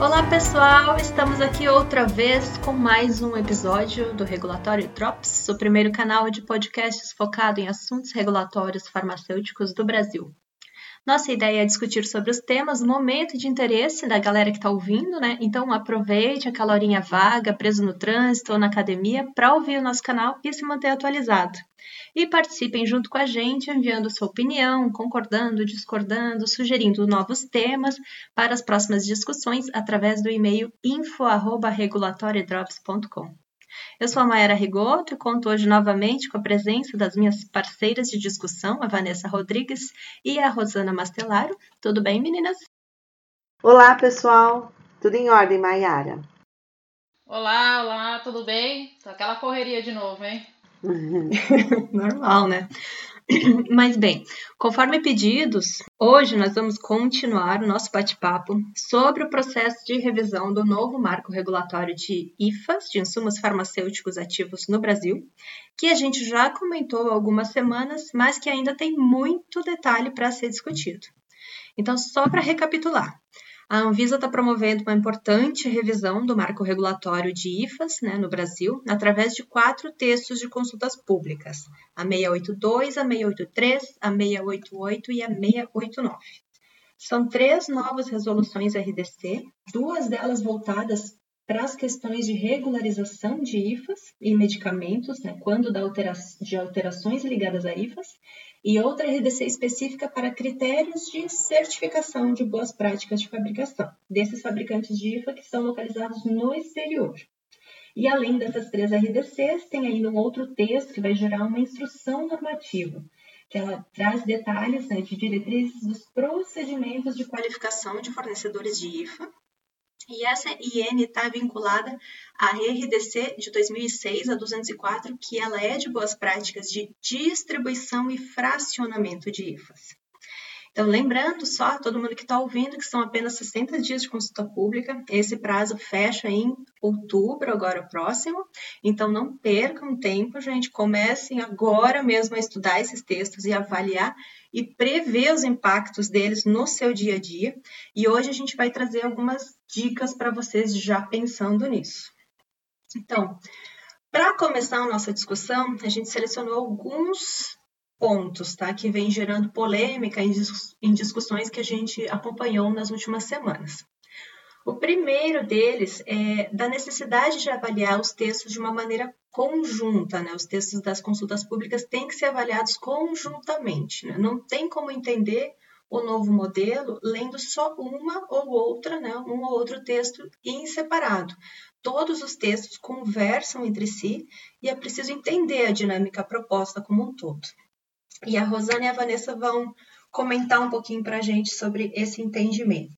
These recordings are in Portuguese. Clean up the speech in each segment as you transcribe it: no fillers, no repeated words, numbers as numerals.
Olá pessoal, estamos aqui outra vez com mais um episódio do Regulatório Drops, o primeiro canal de podcasts focado em assuntos regulatórios farmacêuticos do Brasil. Nossa ideia é discutir sobre os temas no momento de interesse da galera que está ouvindo, né? Então aproveite aquela horinha vaga, preso no trânsito ou na academia para ouvir o nosso canal e se manter atualizado. E participem junto com a gente, enviando sua opinião, concordando, discordando, sugerindo novos temas para as próximas discussões através do e-mail info@regulatoriodrops.com. Eu sou a Mayara Rigoto e conto hoje novamente com a presença das minhas parceiras de discussão, a Vanessa Rodrigues e a Rosana Mastelaro. Tudo bem, meninas? Olá, pessoal. Tudo em ordem, Mayara? Olá, tudo bem? Tô aquela correria de novo, hein? Normal, né? Mas bem, conforme pedidos, hoje nós vamos continuar o nosso bate-papo sobre o processo de revisão do novo marco regulatório de IFAs, de insumos farmacêuticos ativos no Brasil, que a gente já comentou há algumas semanas, mas que ainda tem muito detalhe para ser discutido. Então, só para recapitular, a Anvisa está promovendo uma importante revisão do marco regulatório de IFAs, no Brasil, através de 4 textos de consultas públicas, a 682, a 683, a 688 e a 689. São 3 novas resoluções RDC, 2 delas voltadas para as questões de regularização de IFAs e medicamentos, quando de alterações ligadas a IFAs, e outra RDC específica para critérios de certificação de boas práticas de fabricação, desses fabricantes de IFA que estão localizados no exterior. E além dessas 3 RDCs, tem ainda um outro texto que vai gerar uma instrução normativa, que ela traz detalhes de diretrizes dos procedimentos de qualificação de fornecedores de IFA. E essa IN está vinculada à RDC de 2006, a 204, que ela é de boas práticas de distribuição e fracionamento de IFAs. Então, lembrando só, todo mundo que está ouvindo, que são apenas 60 dias de consulta pública, esse prazo fecha em outubro, agora próximo, então não percam tempo, gente, comecem agora mesmo a estudar esses textos e avaliar e prever os impactos deles no seu dia a dia, e hoje a gente vai trazer algumas dicas para vocês já pensando nisso. Então, para começar a nossa discussão, a gente selecionou alguns pontos, que vem gerando polêmica em discussões que a gente acompanhou nas últimas semanas. O primeiro deles é da necessidade de avaliar os textos de uma maneira conjunta, Os textos das consultas públicas têm que ser avaliados conjuntamente, Não tem como entender o novo modelo lendo só uma ou outra, um ou outro texto em separado. Todos os textos conversam entre si e é preciso entender a dinâmica proposta como um todo. E a Rosana e a Vanessa vão comentar um pouquinho para a gente sobre esse entendimento.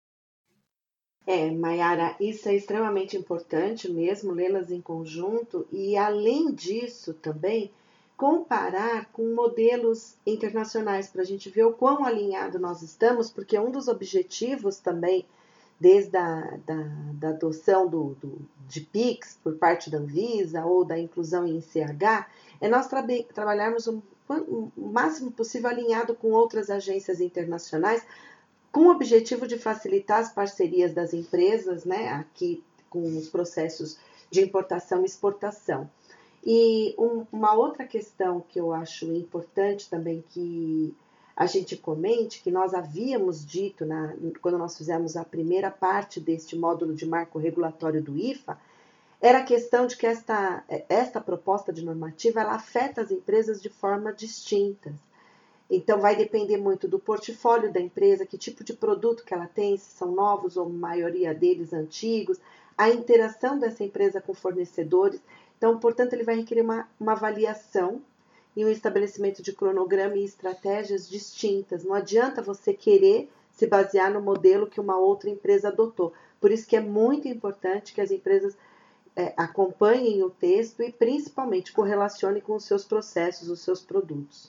Mayara, isso é extremamente importante mesmo, lê-las em conjunto e, além disso, também comparar com modelos internacionais para a gente ver o quão alinhado nós estamos, porque um dos objetivos também, desde a da adoção de PICs por parte da Anvisa ou da inclusão em CH, é nós trabalharmos o máximo possível alinhado com outras agências internacionais, com o objetivo de facilitar as parcerias das empresas, aqui com os processos de importação e exportação. E uma outra questão que eu acho importante também que a gente comente, que nós havíamos dito quando nós fizemos a primeira parte deste módulo de marco regulatório do IFA, era a questão de que esta proposta de normativa ela afeta as empresas de forma distinta. Então, vai depender muito do portfólio da empresa, que tipo de produto que ela tem, se são novos ou a maioria deles antigos, a interação dessa empresa com fornecedores. Então, portanto, ele vai requerer uma avaliação e um estabelecimento de cronograma e estratégias distintas. Não adianta você querer se basear no modelo que uma outra empresa adotou. Por isso que é muito importante que as empresas acompanhem o texto e, principalmente, correlacionem com os seus processos, os seus produtos.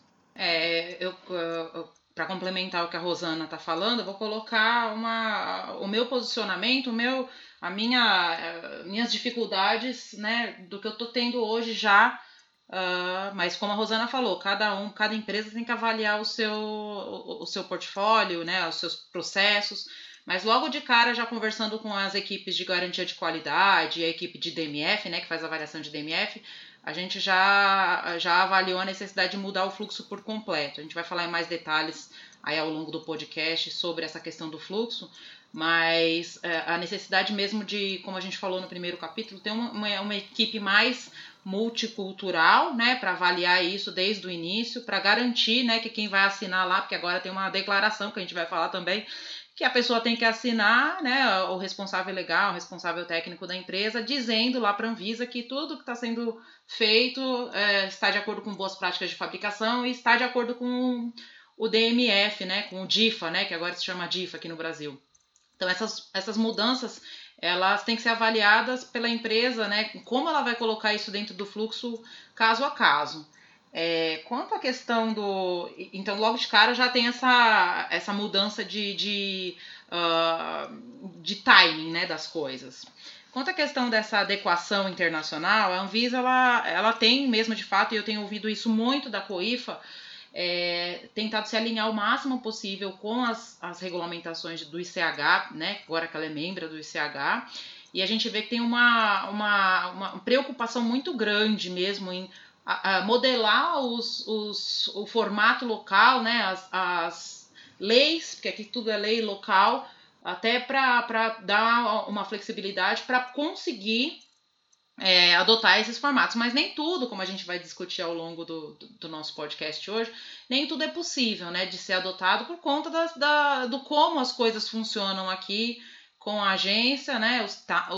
Para complementar o que a Rosana está falando, eu vou colocar o meu posicionamento, minhas dificuldades, do que eu estou tendo hoje já. Mas como a Rosana falou, cada empresa tem que avaliar o seu portfólio, os seus processos, Mas logo de cara, já conversando com as equipes de garantia de qualidade e a equipe de DMF, né, que faz a avaliação de DMF, a gente já avaliou a necessidade de mudar o fluxo por completo. A gente vai falar em mais detalhes aí ao longo do podcast sobre essa questão do fluxo, mas a necessidade mesmo de, como a gente falou no primeiro capítulo, ter uma equipe mais multicultural, né, para avaliar isso desde o início, para garantir, né, que quem vai assinar lá, porque agora tem uma declaração que a gente vai falar também, que a pessoa tem que assinar, né, o responsável legal, o responsável técnico da empresa, dizendo lá para a Anvisa que tudo que está sendo feito está de acordo com boas práticas de fabricação e está de acordo com o DMF, né, com o DIFA, né, que agora se chama DIFA aqui no Brasil. Então, essas mudanças, elas têm que ser avaliadas pela empresa, né, como ela vai colocar isso dentro do fluxo caso a caso. Quanto à questão do... Então, logo de cara já tem essa mudança de timing, né, das coisas. Quanto à questão dessa adequação internacional, a Anvisa ela tem mesmo, de fato, e eu tenho ouvido isso muito da COIFA, tentado se alinhar o máximo possível com as regulamentações do ICH, né, agora que ela é membro do ICH, e a gente vê que tem uma preocupação muito grande mesmo em modelar o formato local, né, as leis, porque aqui tudo é lei local, até para dar uma flexibilidade para conseguir adotar esses formatos, mas nem tudo, como a gente vai discutir ao longo do nosso podcast hoje, nem tudo é possível, né, de ser adotado por conta do como as coisas funcionam aqui com a agência, né,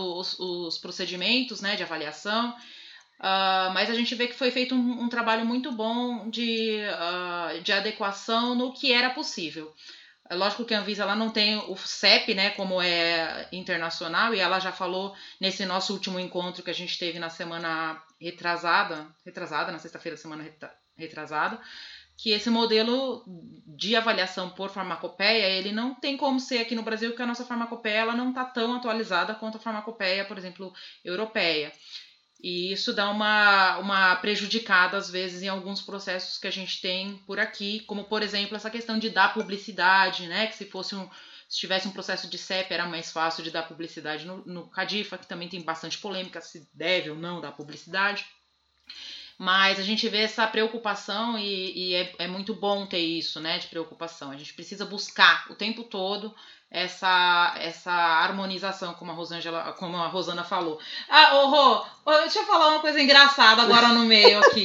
os procedimentos, né, de avaliação, mas a gente vê que foi feito um trabalho muito bom de adequação no que era possível. É lógico que a Anvisa ela não tem o CEP, né, como é internacional, e ela já falou nesse nosso último encontro que a gente teve na semana retrasada, na sexta-feira da semana retrasada, que esse modelo de avaliação por farmacopeia, ele não tem como ser aqui no Brasil, porque a nossa farmacopeia ela não está tão atualizada quanto a farmacopeia, por exemplo, europeia. E isso dá uma prejudicada, às vezes, em alguns processos que a gente tem por aqui, como, por exemplo, essa questão de dar publicidade, né? Que se tivesse um processo de CEP, era mais fácil de dar publicidade no CADIFA, que também tem bastante polêmica, se deve ou não dar publicidade. Mas a gente vê essa preocupação e é muito bom ter isso, né, de preocupação. A gente precisa buscar o tempo todo essa harmonização, como a Rosana falou. Deixa eu falar uma coisa engraçada agora no meio aqui.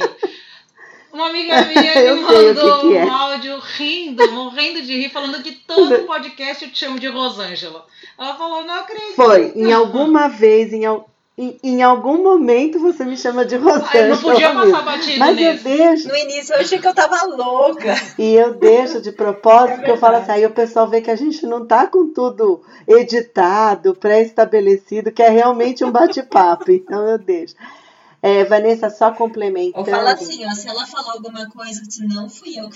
Uma amiga minha me mandou um áudio morrendo de rir, falando que todo podcast eu te chamo de Rosângela. Ela falou, não acredito. Foi, em alguma vez, em algum momento você me chama de Rosângela. Eu não podia passar batido mas nisso. Eu deixo. No início eu achei que eu tava louca. E eu deixo de propósito, porque eu falo assim, aí o pessoal vê que a gente não tá com tudo editado, pré-estabelecido, que é realmente um bate-papo. Então eu deixo. Vanessa, só complementando. Ou fala assim, se ela falar alguma coisa, não fui eu que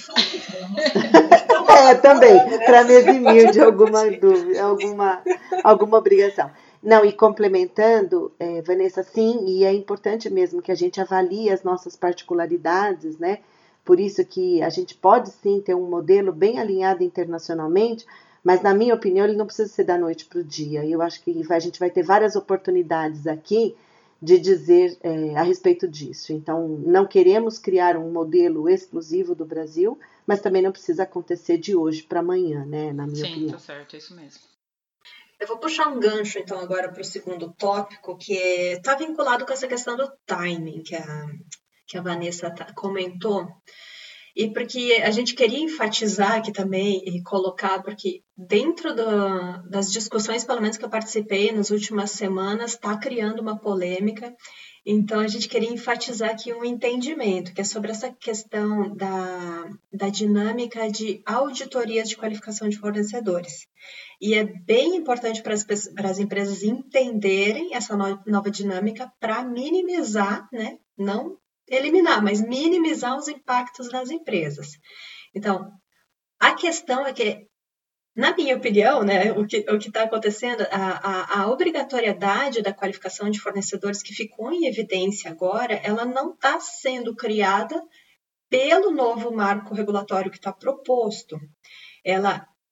falei. Também, para me eximir de alguma dúvida, alguma obrigação. Não, e complementando, Vanessa, sim, e é importante mesmo que a gente avalie as nossas particularidades, né? Por isso que a gente pode sim ter um modelo bem alinhado internacionalmente, mas na minha opinião ele não precisa ser da noite para o dia. Eu acho que a gente vai ter várias oportunidades aqui de dizer a respeito disso. Então, não queremos criar um modelo exclusivo do Brasil, mas também não precisa acontecer de hoje para amanhã, né? Na minha opinião. Sim, tá certo, é isso mesmo. Eu vou puxar um gancho, então, agora para o segundo tópico, que está vinculado com essa questão do timing que a Vanessa comentou. E porque a gente queria enfatizar aqui também e colocar, porque dentro das discussões, pelo menos que eu participei nas últimas semanas, está criando uma polêmica. Então, a gente queria enfatizar aqui um entendimento, que é sobre essa questão da dinâmica de auditorias de qualificação de fornecedores. E é bem importante para as empresas entenderem essa nova dinâmica para minimizar, né? Não eliminar, mas minimizar os impactos das empresas. Então, a questão é que, na minha opinião, né, o que está acontecendo, a obrigatoriedade da qualificação de fornecedores que ficou em evidência agora, ela não está sendo criada pelo novo marco regulatório que está proposto. Ela,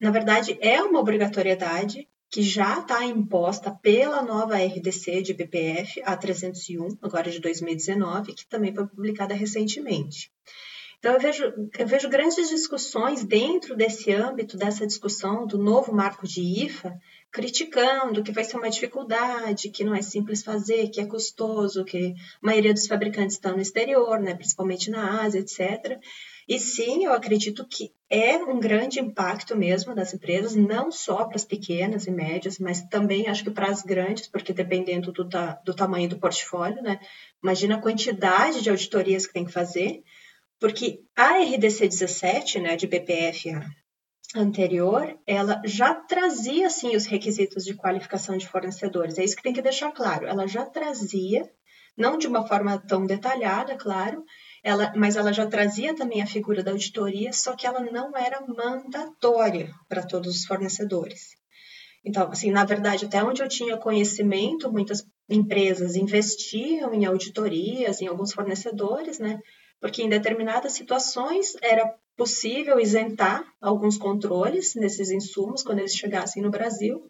na verdade, é uma obrigatoriedade que já está imposta pela nova RDC de BPF, a 301, agora de 2019, que também foi publicada recentemente. Então, eu vejo grandes discussões dentro desse âmbito, dessa discussão do novo marco de IFA, criticando que vai ser uma dificuldade, que não é simples fazer, que é custoso, que a maioria dos fabricantes estão no exterior, né, principalmente na Ásia, etc. E sim, eu acredito que é um grande impacto mesmo das empresas, não só para as pequenas e médias, mas também acho que para as grandes, porque dependendo do tamanho do portfólio, né? Imagina a quantidade de auditorias que tem que fazer, porque a RDC 17, né, de BPF anterior, ela já trazia, sim, os requisitos de qualificação de fornecedores. É isso que tem que deixar claro. Ela já trazia, não de uma forma tão detalhada, claro, mas ela já trazia também a figura da auditoria, só que ela não era mandatória para todos os fornecedores. Então, assim, na verdade, até onde eu tinha conhecimento, muitas empresas investiam em auditorias, em alguns fornecedores, né? Porque em determinadas situações era possível isentar alguns controles nesses insumos quando eles chegassem no Brasil.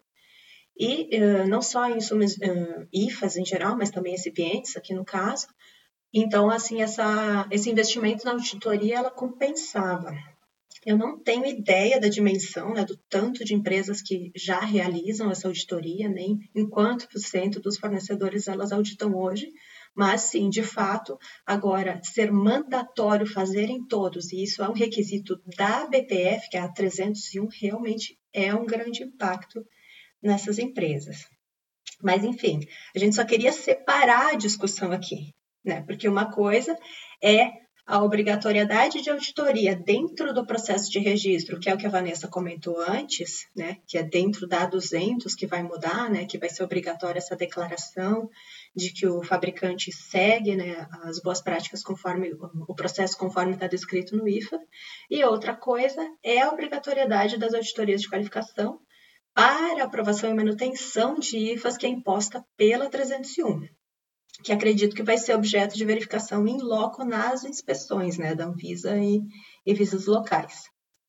E não só insumos IFAs em geral, mas também recipientes, aqui no caso. Então, assim, esse investimento na auditoria, ela compensava. Eu não tenho ideia da dimensão, né, do tanto de empresas que já realizam essa auditoria, nem em quanto por cento dos fornecedores elas auditam hoje, mas sim, de fato, agora ser mandatório fazer em todos, e isso é um requisito da BPF, que é a 301, realmente é um grande impacto nessas empresas. Mas, enfim, a gente só queria separar a discussão aqui, né? Porque uma coisa é a obrigatoriedade de auditoria dentro do processo de registro, que é o que a Vanessa comentou antes, né? Que é dentro da 200 que vai mudar, né? Que vai ser obrigatória essa declaração de que o fabricante segue, né, as boas práticas conforme o processo conforme está descrito no IFA. E outra coisa é a obrigatoriedade das auditorias de qualificação para aprovação e manutenção de IFAs que é imposta pela 301, que acredito que vai ser objeto de verificação in loco nas inspeções, né, da Anvisa e visas locais.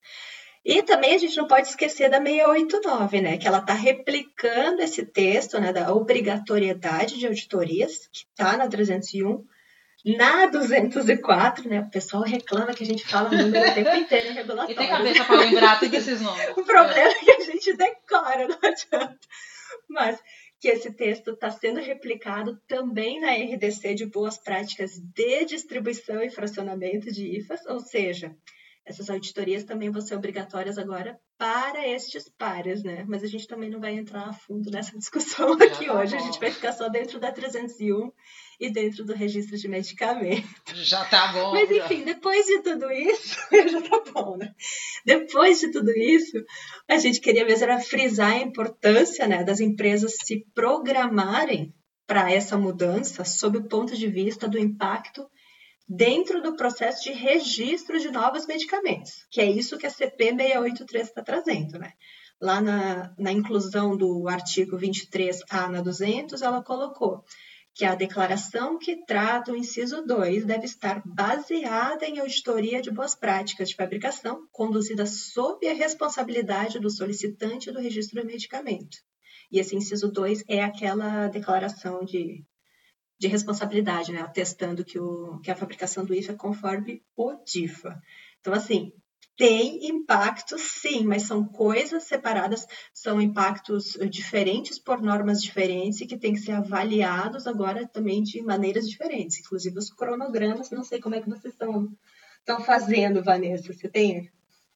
E também a gente não pode esquecer da 689, né, que ela está replicando esse texto, né, da obrigatoriedade de auditorias, que está na 301, na 204, né, o pessoal reclama que a gente fala número o tempo inteiro em regulatório. E tem cabeça para lembrar todos esses nomes. O problema é que a gente decora, não adianta. Mas que esse texto está sendo replicado também na RDC de boas práticas de distribuição e fracionamento de IFAs, ou seja, essas auditorias também vão ser obrigatórias agora para estes pares, né? Mas a gente também não vai entrar a fundo nessa discussão aqui hoje, a gente vai ficar só dentro da 301 e dentro do registro de medicamentos. Já tá bom. Mas enfim, depois de tudo isso, já tá bom, né? Depois de tudo isso, a gente queria mesmo era frisar a importância, né, das empresas se programarem para essa mudança sob o ponto de vista do impacto dentro do processo de registro de novos medicamentos, que é isso que a CP 683 está trazendo, né? Lá na inclusão do artigo 23A na 200, ela colocou que a declaração que trata o inciso 2 deve estar baseada em auditoria de boas práticas de fabricação, conduzida sob a responsabilidade do solicitante do registro do medicamento. E esse inciso 2 é aquela declaração de responsabilidade, né? Atestando que a fabricação do IFA é conforme o DIFA. Então, assim, tem impactos, sim, mas são coisas separadas, são impactos diferentes por normas diferentes e que têm que ser avaliados agora também de maneiras diferentes, inclusive os cronogramas, não sei como é que vocês estão fazendo, Vanessa, você tem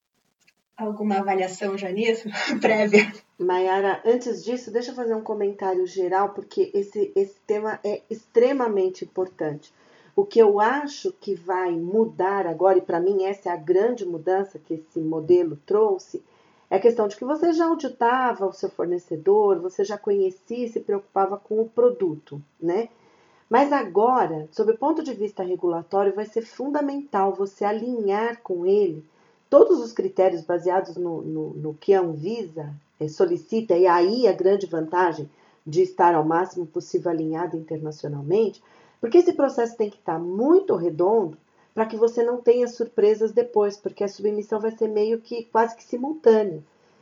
alguma avaliação já nisso, prévia? Mayara, antes disso, deixa eu fazer um comentário geral, porque esse tema é extremamente importante. O que eu acho que vai mudar agora, e para mim essa é a grande mudança que esse modelo trouxe, é a questão de que você já auditava o seu fornecedor, você já conhecia e se preocupava com o produto, né? Mas agora, sob o ponto de vista regulatório, vai ser fundamental você alinhar com ele todos os critérios baseados no que a Anvisa solicita, e aí a grande vantagem de estar ao máximo possível alinhado internacionalmente, porque esse processo tem que estar muito redondo para que você não tenha surpresas depois, porque a submissão vai ser meio que quase que simultânea.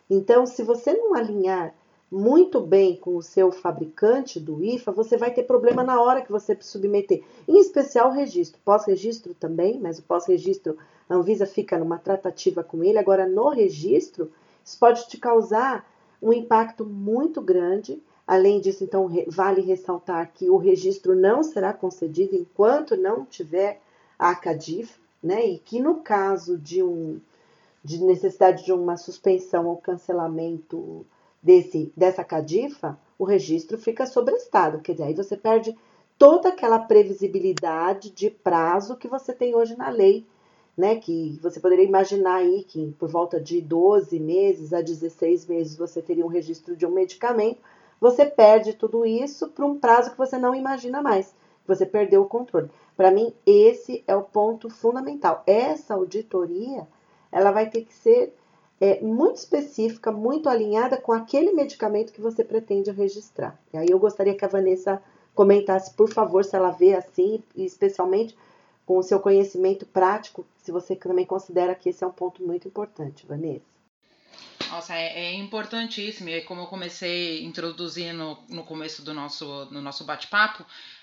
Então, se você não alinhar muito bem com o seu fabricante do IFA, você vai ter problema na hora que você submeter. Em especial o registro. Pós-registro também, mas o pós-registro, a Anvisa fica numa tratativa com ele. Agora, no registro, isso pode te causar um impacto muito grande. Além disso, então, vale ressaltar que o registro não será concedido enquanto não tiver a CADIF, né? E que no caso de necessidade de uma suspensão ou cancelamento dessa CADIFA, o registro fica sobrestado, quer dizer, aí você perde toda aquela previsibilidade de prazo que você tem hoje na lei, né? Que você poderia imaginar aí que por volta de 12 meses a 16 meses você teria um registro de um medicamento, você perde tudo isso para um prazo que você não imagina mais, você perdeu o controle. Para mim, esse é o ponto fundamental. Essa auditoria, ela vai ter que ser muito específica, muito alinhada com aquele medicamento que você pretende registrar. E aí eu gostaria que a Vanessa comentasse, por favor, se ela vê assim, e especialmente com o seu conhecimento prático, se você também considera que esse é um ponto muito importante, Vanessa. Nossa, é importantíssimo. E como eu comecei introduzindo no começo do nosso bate-papo,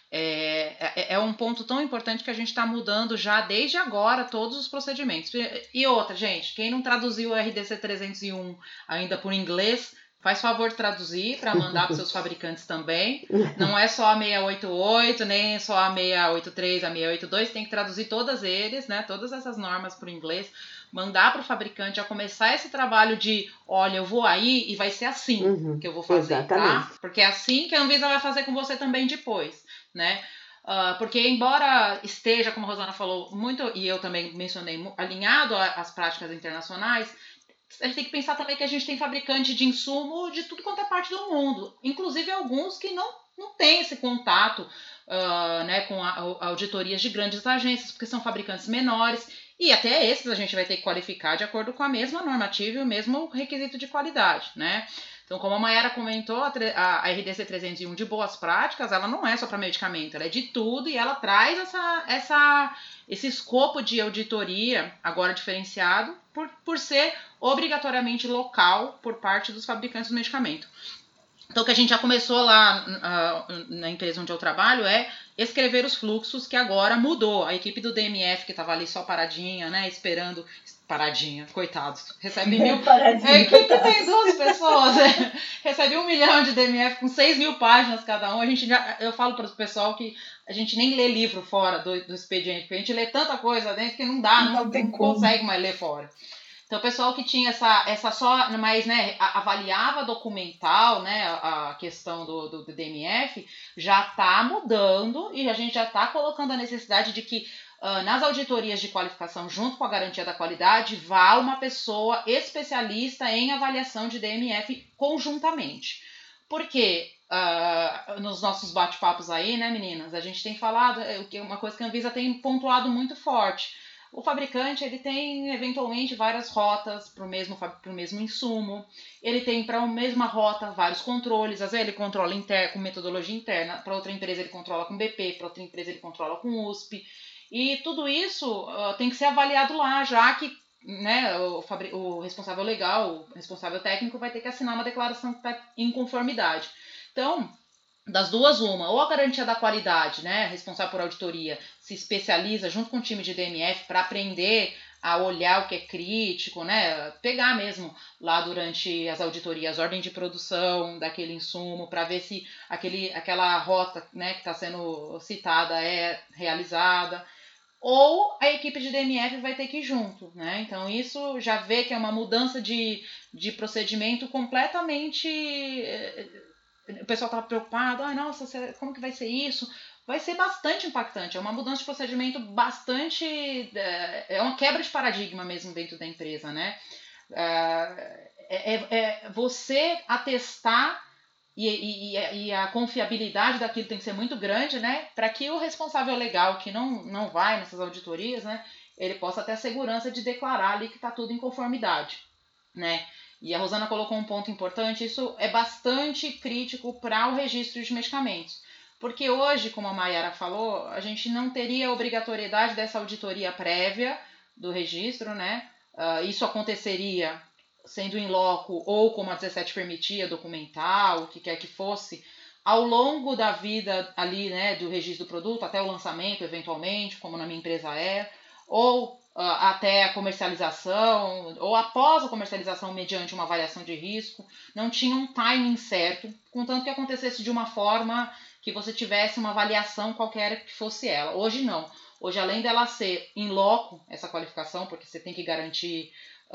é um ponto tão importante que a gente está mudando já desde agora todos os procedimentos. E outra, gente, quem não traduziu o RDC 301 ainda por inglês, faz favor de traduzir para mandar para seus fabricantes também. Não é só a 688, nem só a 683, a 682, tem que traduzir todas eles, né? Todas essas normas para o inglês. Mandar para o fabricante, já começar esse trabalho de, olha, eu vou aí e vai ser assim que eu vou fazer, exatamente. tá? Porque é assim que a Anvisa vai fazer com você também depois, né? Porque embora esteja, como a Rosana falou, muito, e eu também mencionei, alinhado às práticas internacionais, a gente tem que pensar também que a gente tem fabricante de insumo de tudo quanto é parte do mundo, inclusive alguns que não têm esse contato né, com auditorias de grandes agências, porque são fabricantes menores, e até esses a gente vai ter que qualificar de acordo com a mesma normativa e o mesmo requisito de qualidade, né? Então, como a Mayara comentou, a RDC 301 de boas práticas, ela não é só para medicamento, ela é de tudo e ela traz esse escopo de auditoria, agora diferenciado, por ser obrigatoriamente local por parte dos fabricantes do medicamento. Então, o que a gente já começou lá na empresa onde eu trabalho é escrever os fluxos, que agora mudou. A equipe do DMF, que estava ali só paradinha, né, esperando... Paradinha, coitados. Recebe 1.000... A equipe tem 2 pessoas. Recebe 1 milhão de DMF com 6.000 páginas cada um. Eu falo para o pessoal que a gente nem lê livro fora do expediente, porque a gente lê tanta coisa dentro que não dá, não consegue mais ler fora. Então, o pessoal que tinha essa só, mas, né, avaliava documental, né, a questão do DMF, já está mudando e a gente já está colocando a necessidade de que nas auditorias de qualificação, junto com a garantia da qualidade, vá uma pessoa especialista em avaliação de DMF conjuntamente. Porque nos nossos bate-papos aí, né, meninas, a gente tem falado, uma coisa que a Anvisa tem pontuado muito forte. O fabricante, ele tem, eventualmente, várias rotas para o mesmo insumo. Ele tem, para a mesma rota, vários controles. Às vezes ele controla com metodologia interna. Para outra empresa, ele controla com BP. Para outra empresa, ele controla com USP. E tudo isso tem que ser avaliado lá, já que, né, o responsável legal, o responsável técnico, vai ter que assinar uma declaração que está em conformidade. Então... das duas, uma, ou a garantia da qualidade, né, responsável por auditoria, se especializa junto com o time de DMF para aprender a olhar o que é crítico, né, pegar mesmo lá durante as auditorias, ordem de produção daquele insumo, para ver se aquela rota, né, que está sendo citada é realizada, ou a equipe de DMF vai ter que ir junto, né, então isso já vê que é uma mudança de procedimento completamente... O pessoal estava preocupado, nossa, como que vai ser isso? Vai ser bastante impactante, é uma mudança de procedimento bastante... É uma quebra de paradigma mesmo dentro da empresa, né? Você atestar e a confiabilidade daquilo tem que ser muito grande, né? Para que o responsável legal que não vai nessas auditorias, né? Ele possa ter a segurança de declarar ali que está tudo em conformidade, né? E a Rosana colocou um ponto importante, isso é bastante crítico para o registro de medicamentos. Porque hoje, como a Mayara falou, a gente não teria a obrigatoriedade dessa auditoria prévia do registro, né? Isso aconteceria sendo in loco ou como a 17 permitia, documentar, o que quer que fosse, ao longo da vida ali, né, do registro do produto, até o lançamento, eventualmente, como na minha empresa é, ou até a comercialização, ou após a comercialização mediante uma avaliação de risco, não tinha um timing certo, contanto que acontecesse de uma forma que você tivesse uma avaliação qualquer que fosse ela. Hoje não. Hoje, além dela ser in loco, essa qualificação, porque você tem que garantir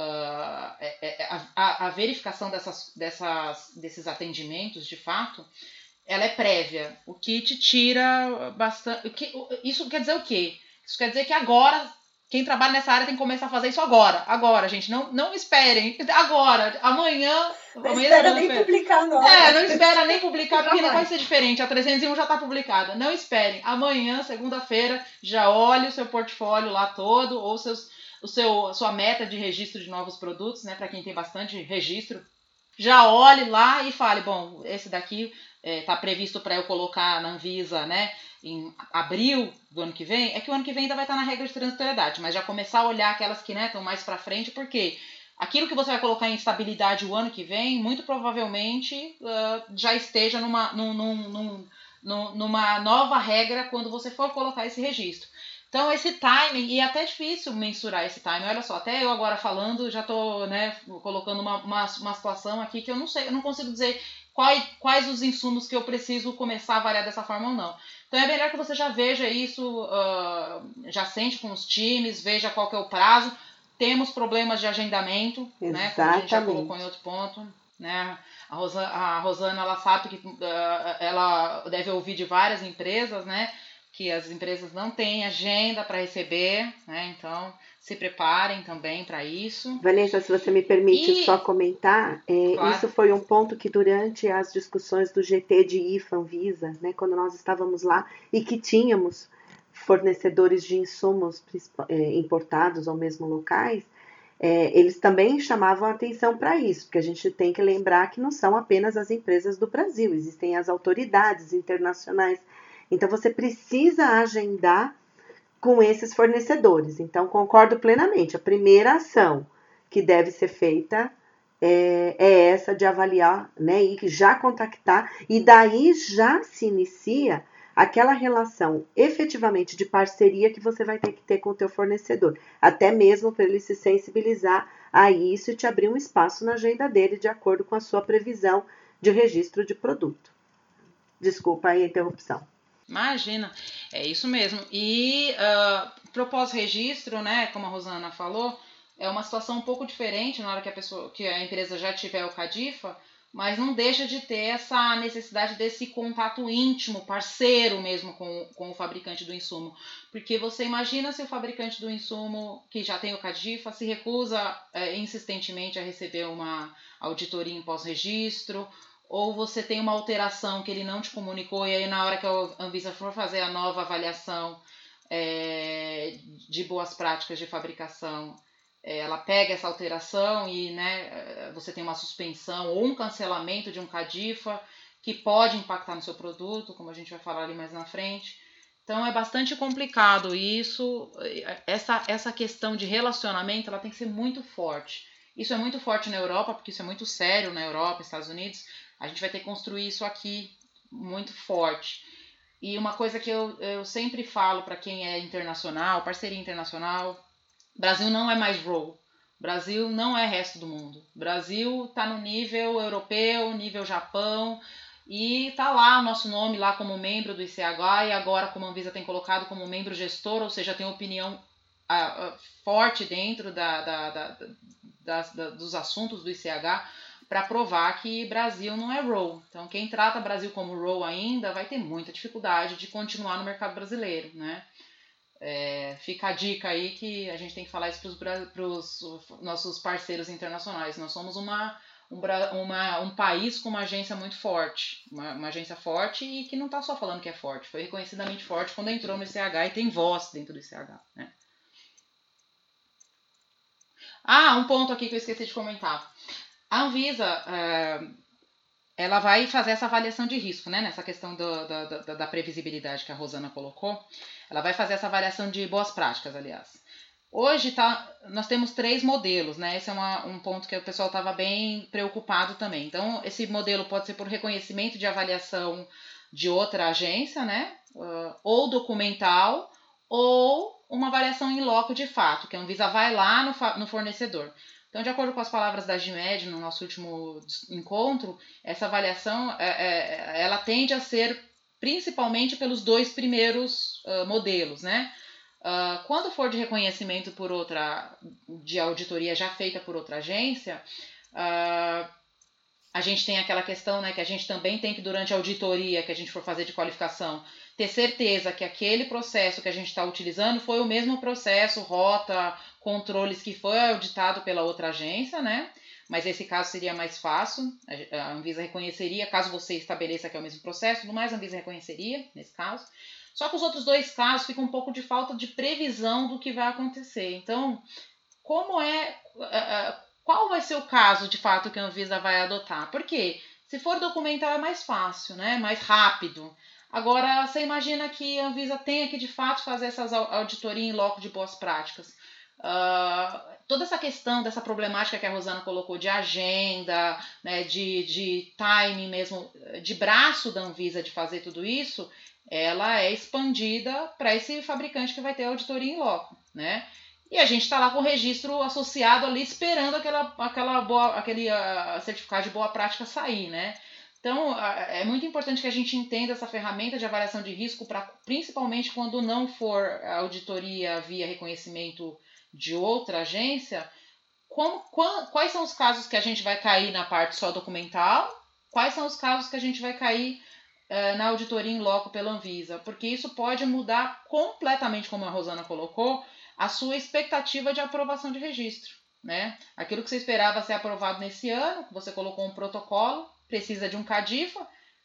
a verificação desses atendimentos, de fato, ela é prévia, o que te tira bastante. Isso quer dizer o quê? Isso quer dizer que agora, quem trabalha nessa área tem que começar a fazer isso agora. Agora, gente, não esperem. Agora, amanhã. Não espera nem publicar, não. Não espera nem publicar, porque não vai ser diferente. A 301 já está publicada. Não esperem. Amanhã, segunda-feira, já olhe o seu portfólio lá todo, ou sua meta de registro de novos produtos, né? Para quem tem bastante registro. Já olhe lá e fale, bom, esse daqui está previsto para eu colocar na Anvisa, né, em abril do ano que vem. É que o ano que vem ainda vai estar na regra de transitoriedade, mas já começar a olhar aquelas que, né, estão mais para frente, porque aquilo que você vai colocar em estabilidade o ano que vem, muito provavelmente já esteja numa nova regra quando você for colocar esse registro. Então, esse timing, e é até difícil mensurar esse timing. Olha só, até eu agora falando, já estou, né, colocando uma situação aqui que eu não sei, eu não consigo dizer quais os insumos que eu preciso começar a avaliar dessa forma ou não. Então, é melhor que você já veja isso, já sente com os times, veja qual que é o prazo. Temos problemas de agendamento, né, como a gente já colocou em outro ponto. Né? A Rosana, ela sabe que ela deve ouvir de várias empresas, né? Que as empresas não têm agenda para receber, né? Então se preparem também para isso. Vanessa, se você me permite só comentar, claro. Isso foi um ponto que durante as discussões do GT de IFA Anvisa, né, quando nós estávamos lá e que tínhamos fornecedores de insumos importados ou mesmo locais, eles também chamavam a atenção para isso, porque a gente tem que lembrar que não são apenas as empresas do Brasil, existem as autoridades internacionais. Então, você precisa agendar com esses fornecedores. Então, concordo plenamente. A primeira ação que deve ser feita é essa de avaliar, né, e já contactar, e daí já se inicia aquela relação efetivamente de parceria que você vai ter que ter com o teu fornecedor, até mesmo para ele se sensibilizar a isso e te abrir um espaço na agenda dele de acordo com a sua previsão de registro de produto. Desculpa aí a interrupção. Imagina, é isso mesmo. E pro pós-registro, né, como a Rosana falou, é uma situação um pouco diferente na hora que a empresa já tiver o CADIFA, mas não deixa de ter essa necessidade desse contato íntimo, parceiro mesmo com o fabricante do insumo. Porque você imagina se o fabricante do insumo, que já tem o CADIFA, se recusa insistentemente a receber uma auditoria em pós-registro, ou você tem uma alteração que ele não te comunicou e aí na hora que a Anvisa for fazer a nova avaliação de boas práticas de fabricação, ela pega essa alteração e, né, você tem uma suspensão ou um cancelamento de um CADIFA que pode impactar no seu produto, como a gente vai falar ali mais na frente. Então é bastante complicado isso, essa questão de relacionamento, ela tem que ser muito forte. Isso é muito forte na Europa, porque isso é muito sério na Europa, Estados Unidos. A gente vai ter que construir isso aqui muito forte. E uma coisa que eu sempre falo para quem é internacional, parceria internacional, Brasil não é mais ROW. Brasil não é resto do mundo. Brasil está no nível europeu, nível Japão, e está lá o nosso nome lá como membro do ICH, e agora como a Anvisa tem colocado como membro gestor, ou seja, tem opinião forte dentro dos assuntos do ICH, para provar que Brasil não é ROW. Então, quem trata Brasil como ROW ainda vai ter muita dificuldade de continuar no mercado brasileiro, né? Fica a dica aí que a gente tem que falar isso para os nossos parceiros internacionais. Nós somos um país com uma agência muito forte, uma agência forte e que não está só falando que é forte, foi reconhecidamente forte quando entrou no ICH e tem voz dentro do ICH, né? Um ponto aqui que eu esqueci de comentar. A Anvisa, ela vai fazer essa avaliação de risco, né? Nessa questão da previsibilidade que a Rosana colocou. Ela vai fazer essa avaliação de boas práticas, aliás. Hoje nós temos 3 modelos, né? Esse é um ponto que o pessoal estava bem preocupado também. Então, esse modelo pode ser por reconhecimento de avaliação de outra agência, né? Ou documental, ou uma avaliação in loco de fato, que a Anvisa vai lá no fornecedor. Então, de acordo com as palavras da GIMED no nosso último encontro, essa avaliação ela tende a ser principalmente pelos 2 primeiros modelos, né? Quando for de reconhecimento de auditoria já feita por outra agência, a gente tem aquela questão, né, que a gente também tem que, durante a auditoria que a gente for fazer de qualificação, ter certeza que aquele processo que a gente está utilizando foi o mesmo processo, rota, controles que foi auditado pela outra agência, né? Mas esse caso seria mais fácil, a Anvisa reconheceria, caso você estabeleça que é o mesmo processo, tudo mais, a Anvisa reconheceria nesse caso. Só que os outros 2 casos ficam um pouco de falta de previsão do que vai acontecer. Então, qual vai ser o caso, de fato, que a Anvisa vai adotar? Porque se for documental é mais fácil, né? Mais rápido. Agora, você imagina que a Anvisa tenha que, de fato, fazer essas auditorias em loco de boas práticas. Toda essa questão dessa problemática que a Rosana colocou de agenda, né, de timing mesmo, de braço da Anvisa de fazer tudo isso, ela é expandida para esse fabricante que vai ter auditoria em loco, né? E a gente está lá com o registro associado ali, esperando aquele certificado de boa prática sair, né? Então, é muito importante que a gente entenda essa ferramenta de avaliação de risco, principalmente quando não for a auditoria via reconhecimento de outra agência, quais são os casos que a gente vai cair na parte só documental, quais são os casos que a gente vai cair na auditoria em loco pela Anvisa, porque isso pode mudar completamente, como a Rosana colocou, a sua expectativa de aprovação de registro, né? Aquilo que você esperava ser aprovado nesse ano, você colocou um protocolo, precisa de um CADIFA,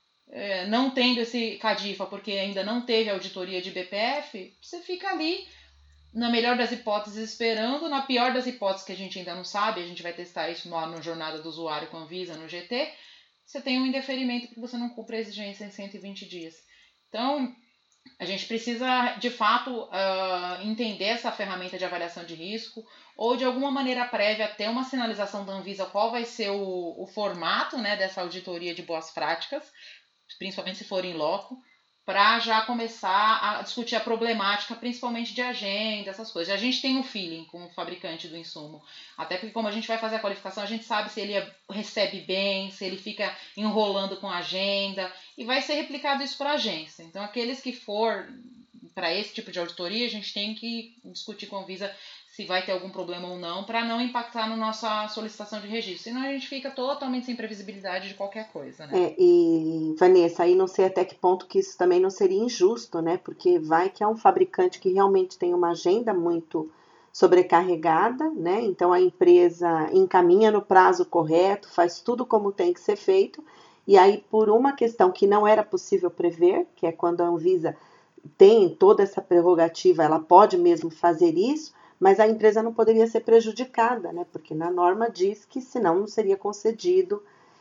não tendo esse CADIFA porque ainda não teve auditoria de BPF, você fica ali, na melhor das hipóteses, esperando, na pior das hipóteses, que a gente ainda não sabe, a gente vai testar isso no Jornada do Usuário com a Anvisa, no GT, você tem um indeferimento porque você não cumpre a exigência em 120 dias. Então, a gente precisa, de fato, entender essa ferramenta de avaliação de risco, ou de alguma maneira prévia ter uma sinalização da Anvisa qual vai ser o formato, né, dessa auditoria de boas práticas, principalmente se for em loco, para já começar a discutir a problemática, principalmente de agenda, essas coisas. A gente tem um feeling com o fabricante do insumo, até porque como a gente vai fazer a qualificação, a gente sabe se ele recebe bem, se ele fica enrolando com a agenda, e vai ser replicado isso para a agência. Então, aqueles que for para esse tipo de auditoria, a gente tem que discutir com a Anvisa se vai ter algum problema ou não, para não impactar na nossa solicitação de registro. Senão a gente fica totalmente sem previsibilidade de qualquer coisa, né? E Vanessa, aí não sei até que ponto que isso também não seria injusto, né? Porque vai que é um fabricante que realmente tem uma agenda muito sobrecarregada, né? Então a empresa encaminha no prazo correto, faz tudo como tem que ser feito, e aí por uma questão que não era possível prever, que é quando a Anvisa tem toda essa prerrogativa, ela pode mesmo fazer isso, mas a empresa não poderia ser prejudicada, né? Porque na norma diz que senão não seria concedido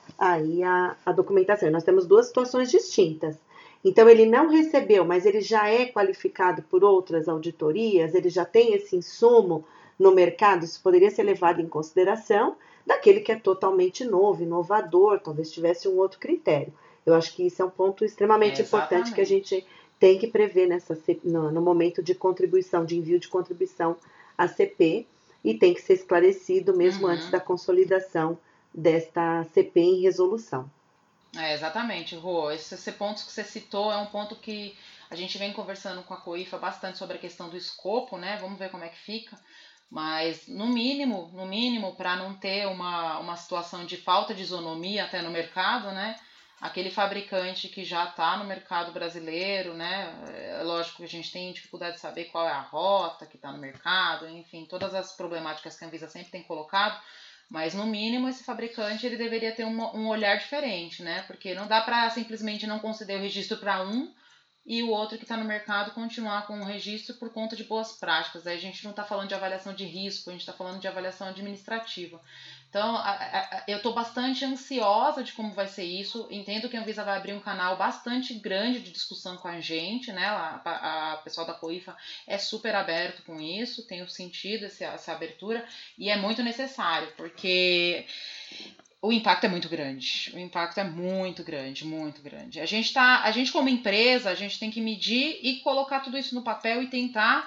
aí a documentação. Nós temos 2 situações distintas. Então, ele não recebeu, mas ele já é qualificado por outras auditorias, ele já tem esse insumo no mercado, isso poderia ser levado em consideração daquele que é totalmente novo, inovador, talvez tivesse um outro critério. Eu acho que isso é um ponto extremamente importante que a gente tem que prever no momento de contribuição, de envio de contribuição à CP, e tem que ser esclarecido mesmo antes da consolidação desta CP em resolução. Exatamente, Rô. Esse ponto que você citou é um ponto que a gente vem conversando com a COIFA bastante sobre a questão do escopo, né? Vamos ver como é que fica. Mas, no mínimo, para não ter uma situação de falta de isonomia até no mercado, né? Aquele fabricante que já está no mercado brasileiro, né? É lógico que a gente tem dificuldade de saber qual é a rota que está no mercado, enfim, todas as problemáticas que a Anvisa sempre tem colocado. Mas, no mínimo, esse fabricante ele deveria ter um olhar diferente, né? Porque não dá para simplesmente não conceder o registro para um e o outro que está no mercado continuar com o registro por conta de boas práticas. Aí a gente não está falando de avaliação de risco, a gente está falando de avaliação administrativa. Então, eu estou bastante ansiosa de como vai ser isso. Entendo que a Anvisa vai abrir um canal bastante grande de discussão com a gente, né? A pessoal da COIFA é super aberto com isso, tenho sentido essa abertura, e é muito necessário, porque o impacto é muito grande. O impacto é muito grande, muito grande. A gente como empresa, a gente tem que medir e colocar tudo isso no papel e tentar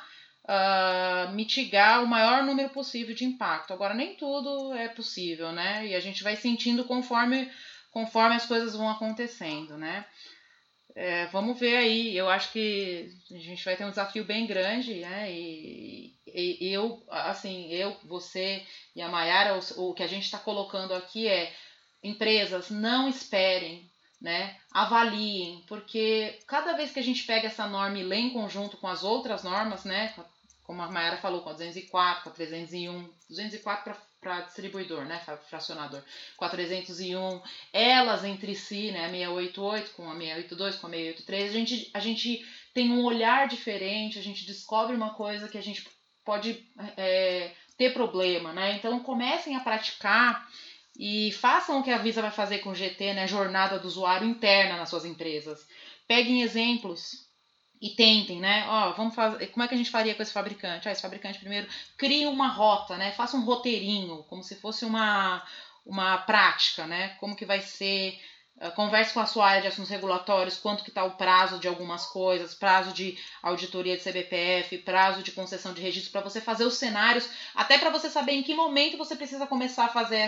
mitigar o maior número possível de impacto. Agora, nem tudo é possível, né? E a gente vai sentindo conforme as coisas vão acontecendo, né? Vamos ver aí. Eu acho que a gente vai ter um desafio bem grande, né? E eu, você e a Mayara, o que a gente está colocando aqui é: empresas, não esperem, né? Avaliem, porque cada vez que a gente pega essa norma e lê em conjunto com as outras normas, né? Como a Mayara falou, com a 204, com a 301, 204 para distribuidor, né? Fracionador, com a 301, elas entre si, né? A 688 com a 682, com a 683, a gente tem um olhar diferente, a gente descobre uma coisa que a gente pode ter problema, né? Então comecem a praticar e façam o que a Visa vai fazer com o GT, né? Jornada do usuário interna nas suas empresas. Peguem exemplos e tentem, né? Vamos fazer. Como é que a gente faria com esse fabricante? Esse fabricante primeiro cria uma rota, né? Faça um roteirinho, como se fosse uma prática, né? Como que vai ser? Converse com a sua área de assuntos regulatórios, quanto que está o prazo de algumas coisas, prazo de auditoria de CBPF, prazo de concessão de registro, para você fazer os cenários, até para você saber em que momento você precisa começar a fazer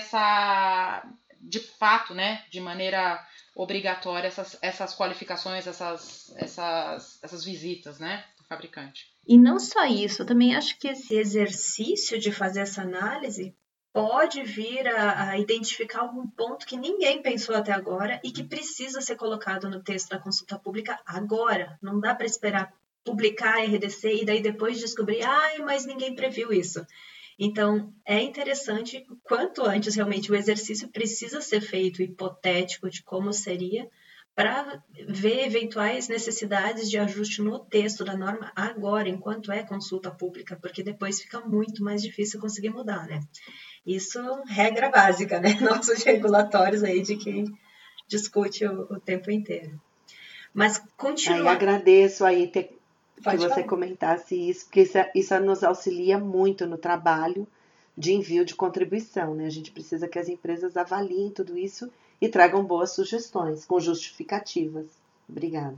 de fato, né? De maneira obrigatória essas qualificações, essas visitas, né, do fabricante. E não só isso, eu também acho que esse exercício de fazer essa análise pode vir a identificar algum ponto que ninguém pensou até agora e que precisa ser colocado no texto da consulta pública agora. Não dá para esperar publicar a RDC e daí depois descobrir, mas ninguém previu isso. Então, é interessante, quanto antes realmente o exercício precisa ser feito, hipotético, de como seria, para ver eventuais necessidades de ajuste no texto da norma agora, enquanto é consulta pública, porque depois fica muito mais difícil conseguir mudar, né? Isso é regra básica, né? Nossos regulatórios aí de quem discute o tempo inteiro. Mas continuar... Eu agradeço aí que você comentasse isso, porque isso nos auxilia muito no trabalho de envio de contribuição, né? A gente precisa que as empresas avaliem tudo isso e tragam boas sugestões, com justificativas. Obrigada.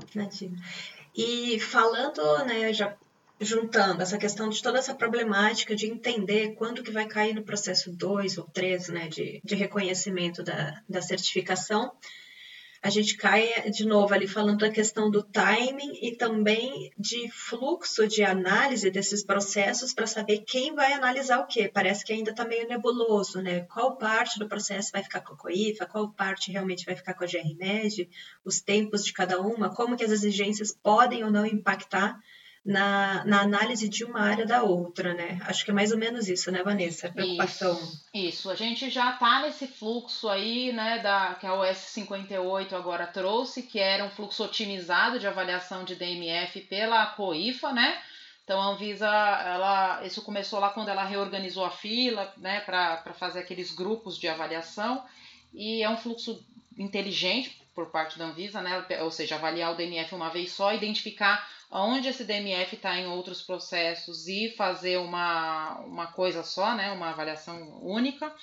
E falando, né, já juntando essa questão de toda essa problemática de entender quando que vai cair no processo 2 ou 3, né, de reconhecimento da certificação, a gente cai de novo ali falando da questão do timing e também de fluxo de análise desses processos para saber quem vai analisar o quê. Parece que ainda está meio nebuloso, né? Qual parte do processo vai ficar com a COIFA, qual parte realmente vai ficar com a GRMED, os tempos de cada uma, como que as exigências podem ou não impactar na análise de uma área da outra, né? Acho que é mais ou menos isso, né, Vanessa? A preocupação. Isso. A gente já está nesse fluxo aí, né, que a OS 58 agora trouxe, que era um fluxo otimizado de avaliação de DMF pela COIFA, né? Então a Anvisa, isso começou lá quando ela reorganizou a fila, né, para fazer aqueles grupos de avaliação, e é um fluxo inteligente por parte da Anvisa, né? Ou seja, avaliar o DMF uma vez só, identificar onde esse DMF está em outros processos e fazer uma coisa só, né? Uma avaliação única.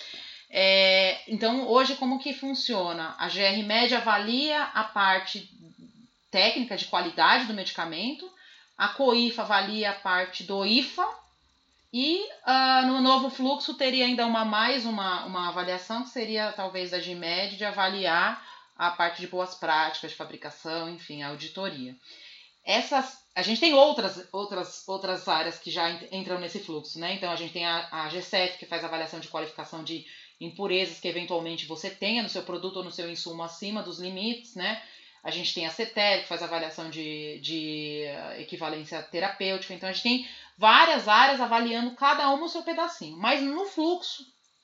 Então, hoje, como que funciona? A GRMED avalia a parte técnica de qualidade do medicamento, a COIFA avalia a parte do IFA, e no novo fluxo teria ainda uma avaliação que seria talvez da GMED, de avaliar a parte de boas práticas de fabricação, enfim, a auditoria. A gente tem outras áreas que já entram nesse fluxo, né? Então a gente tem a GCF, que faz avaliação de qualificação de impurezas que eventualmente você tenha no seu produto ou no seu insumo acima dos limites, né? A gente tem a CETER, que faz avaliação de equivalência terapêutica. Então a gente tem várias áreas avaliando cada uma o seu pedacinho. Mas no fluxo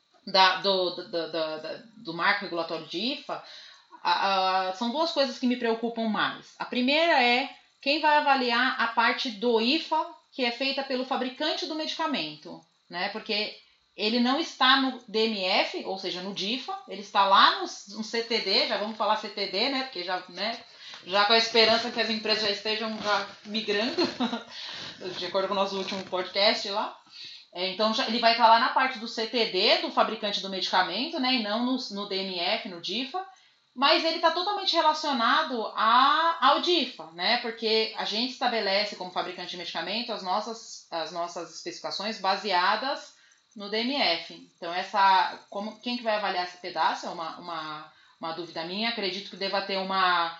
do marco regulatório de IFA, são duas coisas que me preocupam mais. A primeira é quem vai avaliar a parte do IFA, que é feita pelo fabricante do medicamento, né? Porque ele não está no DMF, ou seja, no DIFA, ele está lá no CTD, já vamos falar CTD, né? Porque já com a esperança que as empresas já estejam migrando, de acordo com o nosso último podcast lá. Então ele vai estar lá na parte do CTD, do fabricante do medicamento, né? E não no DMF, no DIFA. Mas ele está totalmente relacionado ao DIFA, né? Porque a gente estabelece como fabricante de medicamento as nossas especificações baseadas no DMF. Então, quem que vai avaliar esse pedaço é uma dúvida minha. Acredito que deva ter uma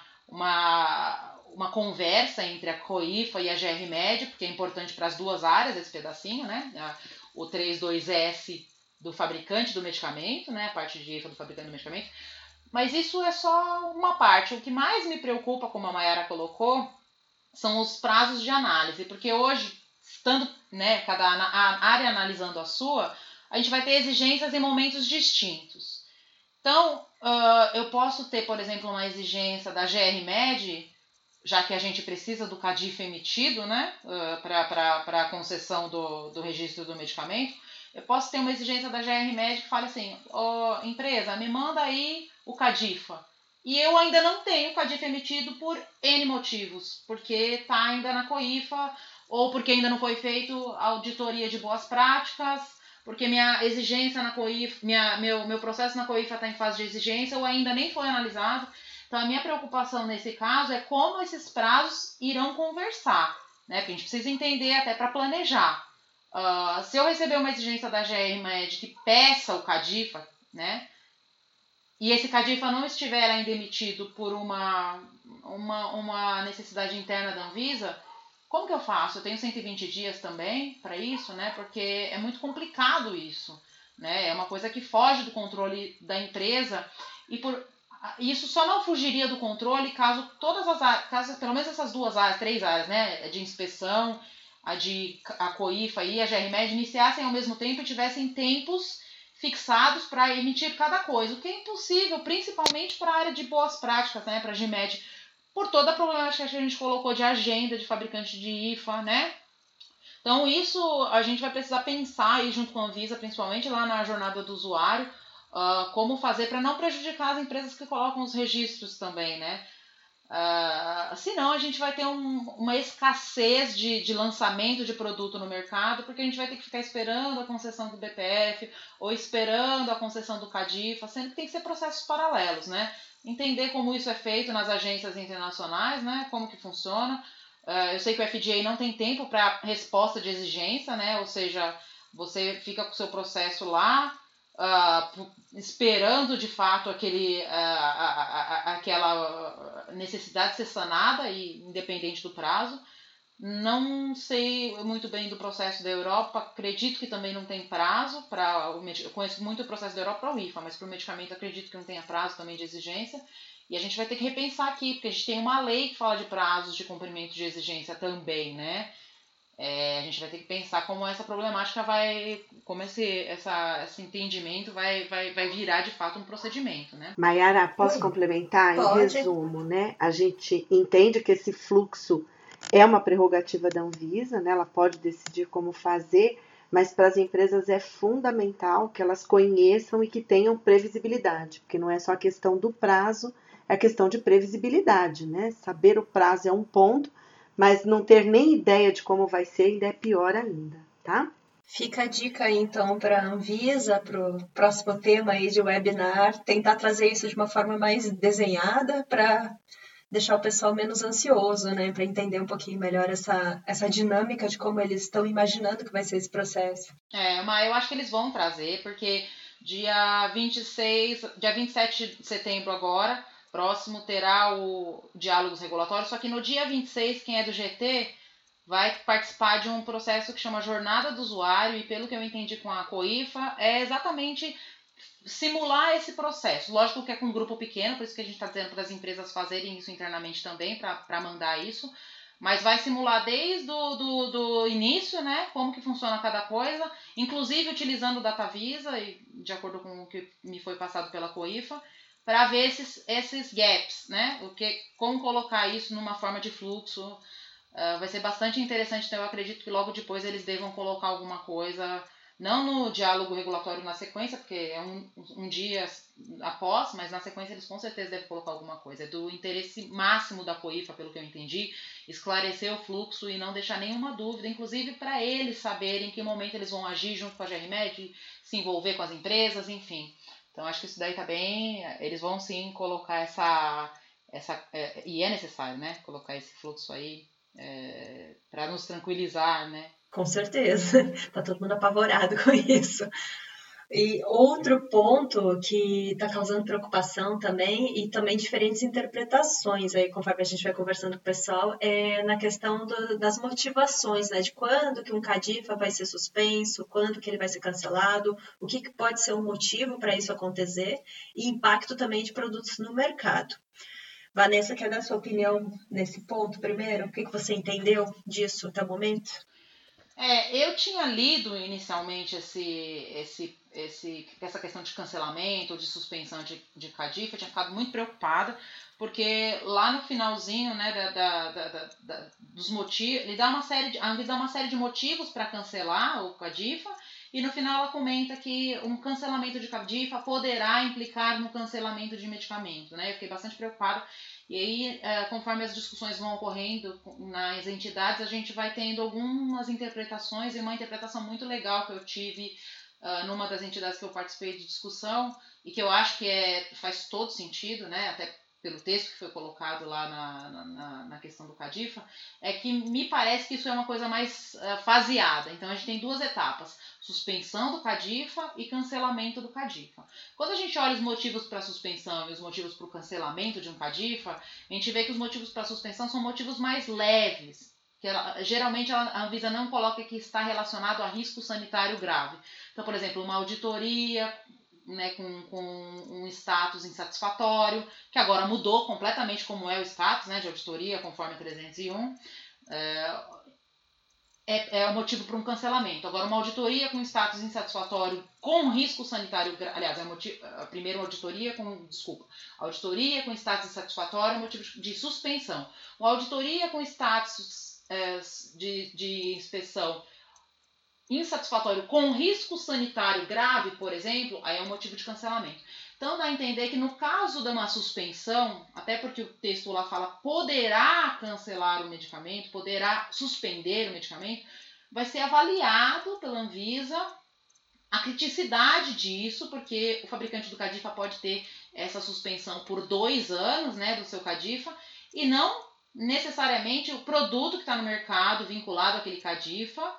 conversa entre a COIFA e a GRMed, porque é importante para as duas áreas esse pedacinho, né? O 32S do fabricante do medicamento, né? A parte de IFA do fabricante do medicamento. Mas isso é só uma parte. O que mais me preocupa, como a Mayara colocou, são os prazos de análise. Porque hoje, estando, né, cada área analisando a sua, a gente vai ter exigências em momentos distintos. Então, eu posso ter, por exemplo, uma exigência da GRMed, já que a gente precisa do CADIF emitido, né, para a concessão do registro do medicamento. Eu posso ter uma exigência da GRMed que fale assim, empresa, me manda aí o CADIFA. E eu ainda não tenho o CADIF emitido por N motivos, porque está ainda na COIFA, ou porque ainda não foi feito a auditoria de boas práticas, porque minha exigência na COIFA, meu processo na COIFA está em fase de exigência, ou ainda nem foi analisado. Então a minha preocupação nesse caso é como esses prazos irão conversar, né? Porque a gente precisa entender até para planejar. Se eu receber uma exigência da GRMed que peça o CADIFA, né, e esse CADIFA não estiver ainda emitido por uma necessidade interna da Anvisa, como que eu faço? Eu tenho 120 dias também para isso, né, porque é muito complicado isso, né, é uma coisa que foge do controle da empresa e isso só não fugiria do controle caso pelo menos essas três áreas, né, de inspeção, a COIFA e a GRMed iniciassem ao mesmo tempo e tivessem tempos fixados para emitir cada coisa, o que é impossível, principalmente para a área de boas práticas, né, para a GMED, por toda a problemática que a gente colocou de agenda de fabricante de IFA, né? Então isso a gente vai precisar pensar aí junto com a Anvisa, principalmente lá na jornada do usuário, como fazer para não prejudicar as empresas que colocam os registros também, né? Senão a gente vai ter uma escassez de lançamento de produto no mercado, porque a gente vai ter que ficar esperando a concessão do BPF ou esperando a concessão do CADIFA, sendo que tem que ser processos paralelos, né? Entender como isso é feito nas agências internacionais, né? Como que funciona. Eu sei que o FDA não tem tempo para resposta de exigência, né? Ou seja, você fica com o seu processo lá, esperando de fato aquela necessidade ser sanada e independente do prazo. Não sei muito bem do processo da Europa, acredito que também não tem prazo para o medicamento. Eu conheço muito o processo da Europa para o IFA, mas para o medicamento acredito que não tenha prazo também de exigência. E a gente vai ter que repensar aqui, porque a gente tem uma lei que fala de prazos de cumprimento de exigência também, né? A gente vai ter que pensar como essa problemática como esse entendimento vai virar de fato um procedimento, né? Mayara, posso complementar? Em resumo, né? A gente entende que esse fluxo é uma prerrogativa da Anvisa, né? Ela pode decidir como fazer, mas para as empresas é fundamental que elas conheçam e que tenham previsibilidade, porque não é só a questão do prazo, é a questão de previsibilidade, né? Saber o prazo é um ponto, mas não ter nem ideia de como vai ser ainda é pior ainda, tá? Fica a dica aí, então, para a Anvisa, para o próximo tema aí de webinar, tentar trazer isso de uma forma mais desenhada para deixar o pessoal menos ansioso, né? Para entender um pouquinho melhor essa dinâmica de como eles estão imaginando que vai ser esse processo. Mas eu acho que eles vão trazer, porque dia 27 de setembro agora, próximo, terá o Diálogos Regulatórios, só que no dia 26, quem é do GT vai participar de um processo que chama Jornada do Usuário, e pelo que eu entendi com a COIFA, é exatamente simular esse processo. Lógico que é com um grupo pequeno, por isso que a gente está dizendo para as empresas fazerem isso internamente também, para mandar isso, mas vai simular desde do início, né, como que funciona cada coisa, inclusive utilizando o DataVisa, e de acordo com o que me foi passado pela COIFA, para ver esses gaps, né, como colocar isso numa forma de fluxo. Vai ser bastante interessante, então eu acredito que logo depois eles devam colocar alguma coisa não no diálogo regulatório na sequência, porque é um dia após, mas na sequência eles com certeza devem colocar alguma coisa. É do interesse máximo da COIFA, pelo que eu entendi, esclarecer o fluxo e não deixar nenhuma dúvida, inclusive para eles saberem em que momento eles vão agir junto com a GRMED, se envolver com as empresas, enfim. Então acho que isso daí tá bem, eles vão sim colocar e é necessário, né, colocar esse fluxo aí para nos tranquilizar, né? Com certeza, tá todo mundo apavorado com isso. E outro ponto que está causando preocupação também, e também diferentes interpretações, aí conforme a gente vai conversando com o pessoal, é na questão das motivações, né? De quando que um CADIFA vai ser suspenso, quando que ele vai ser cancelado, o que pode ser um motivo para isso acontecer, e impacto também de produtos no mercado. Vanessa, quer dar sua opinião nesse ponto primeiro? O que você entendeu disso até o momento? Eu tinha lido inicialmente essa questão de cancelamento, de suspensão de CADIFA, eu tinha ficado muito preocupada, porque lá no finalzinho, né, dos motivos, a Anvisa dá uma série de motivos para cancelar o CADIFA, e no final ela comenta que um cancelamento de CADIFA poderá implicar no cancelamento de medicamento, né? Eu fiquei bastante preocupada. E aí, conforme as discussões vão ocorrendo nas entidades, a gente vai tendo algumas interpretações, e uma interpretação muito legal que eu tive numa das entidades que eu participei de discussão, e que eu acho que faz todo sentido, né, até pelo texto que foi colocado lá na questão do CADIFA, é que me parece que isso é uma coisa mais faseada. Então a gente tem duas etapas: suspensão do CADIFA e cancelamento do CADIFA. Quando a gente olha os motivos para a suspensão e os motivos para o cancelamento de um CADIFA, a gente vê que os motivos para a suspensão são motivos mais leves, que geralmente a Anvisa não coloca que está relacionado a risco sanitário grave. Então, por exemplo, uma auditoria, né, com um status insatisfatório, que agora mudou completamente como é o status, né, de auditoria, conforme 301, é o motivo para um cancelamento. Agora, uma auditoria com status insatisfatório com risco sanitário, aliás, a primeira auditoria com status insatisfatório é motivo de suspensão. Uma auditoria com status de inspeção insatisfatório com risco sanitário grave, por exemplo, aí é um motivo de cancelamento. Então dá a entender que no caso de uma suspensão, até porque o texto lá fala poderá cancelar o medicamento, poderá suspender o medicamento, vai ser avaliado pela Anvisa a criticidade disso, porque o fabricante do CADIFA pode ter essa suspensão por 2 anos, né, do seu CADIFA, e não necessariamente o produto que está no mercado vinculado àquele CADIFA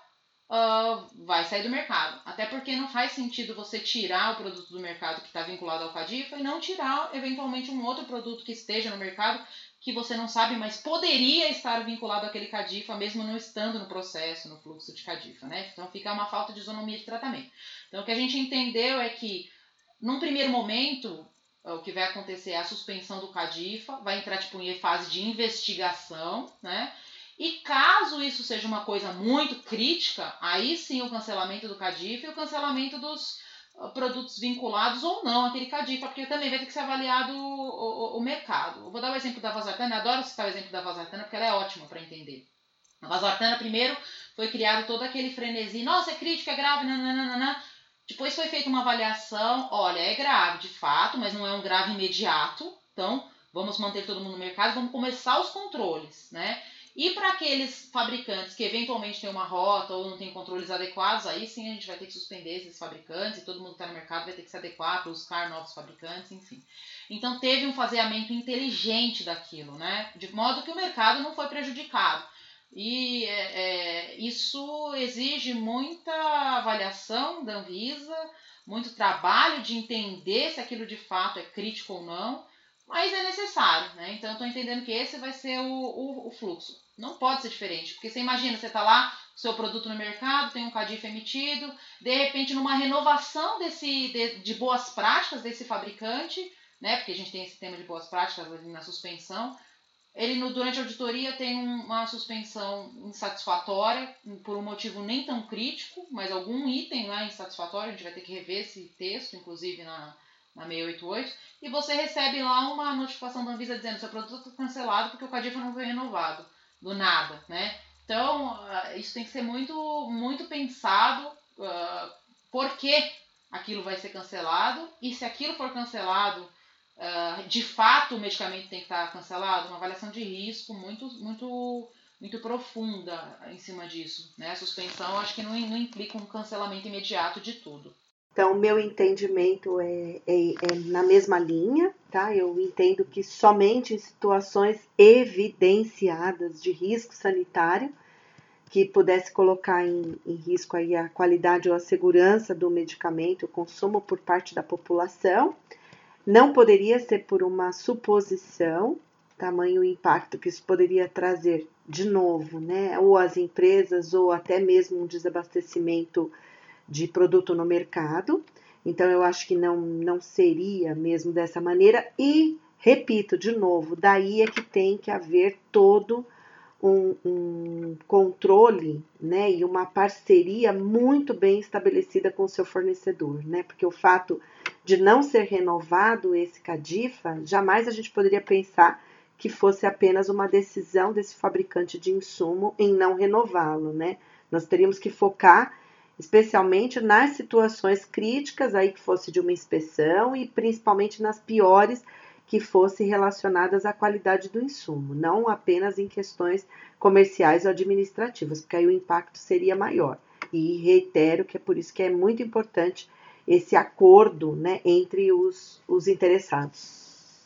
vai sair do mercado. Até porque não faz sentido você tirar o produto do mercado que está vinculado ao CADIFA e não tirar, eventualmente, um outro produto que esteja no mercado que você não sabe, mas poderia estar vinculado àquele CADIFA, mesmo não estando no processo, no fluxo de CADIFA, né? Então fica uma falta de isonomia de tratamento. Então o que a gente entendeu é que, num primeiro momento, o que vai acontecer é a suspensão do CADIFA, vai entrar tipo em fase de investigação, né? E caso isso seja uma coisa muito crítica, aí sim o cancelamento do CADIFA e o cancelamento dos produtos vinculados ou não àquele CADIFA, porque também vai ter que ser avaliado o mercado. Eu vou dar o exemplo da Valsartana, adoro citar o exemplo da Valsartana porque ela é ótima para entender. A Valsartana, primeiro, foi criado todo aquele frenesi, nossa, é crítico, é grave, nananana. Depois foi feita uma avaliação, olha, é grave de fato, mas não é um grave imediato, então vamos manter todo mundo no mercado, vamos começar os controles, né? E para aqueles fabricantes que eventualmente têm uma rota ou não têm controles adequados, aí sim a gente vai ter que suspender esses fabricantes e todo mundo que está no mercado vai ter que se adequar para buscar novos fabricantes, enfim. Então teve um faseamento inteligente daquilo, né? De modo que o mercado não foi prejudicado. E isso exige muita avaliação da Anvisa, muito trabalho de entender se aquilo de fato é crítico ou não, mas é necessário, né? Então eu estou entendendo que esse vai ser o fluxo. Não pode ser diferente, porque você imagina, você está lá, o seu produto no mercado, tem um CADIFA emitido, de repente numa renovação de boas práticas desse fabricante, né? Porque a gente tem esse tema de boas práticas na suspensão, ele durante a auditoria tem uma suspensão insatisfatória, por um motivo nem tão crítico, mas algum item lá insatisfatório, a gente vai ter que rever esse texto, inclusive na 688, e você recebe lá uma notificação da Anvisa dizendo que seu produto está cancelado porque o CADIFA não foi renovado, do nada, né? Então, isso tem que ser muito, muito pensado por que aquilo vai ser cancelado e se aquilo for cancelado, de fato o medicamento tem que estar cancelado. Uma avaliação de risco muito profunda em cima disso, né? A suspensão, acho que não implica um cancelamento imediato de tudo. Então, o meu entendimento é na mesma linha, tá? Eu entendo que somente em situações evidenciadas de risco sanitário, que pudesse colocar em risco aí a qualidade ou a segurança do medicamento, o consumo por parte da população, não poderia ser por uma suposição, tamanho impacto que isso poderia trazer de novo, né? Ou as empresas, ou até mesmo um desabastecimento de produto no mercado. Então, eu acho que não seria mesmo dessa maneira. E, repito de novo, daí é que tem que haver todo um controle, né, e uma parceria muito bem estabelecida com o seu fornecedor, né? Porque o fato de não ser renovado esse CADIFA, jamais a gente poderia pensar que fosse apenas uma decisão desse fabricante de insumo em não renová-lo, né? Nós teríamos que focar especialmente nas situações críticas, aí que fosse de uma inspeção, e principalmente nas piores, que fossem relacionadas à qualidade do insumo, não apenas em questões comerciais ou administrativas, porque aí o impacto seria maior. E reitero que é por isso que é muito importante esse acordo, né, entre os interessados.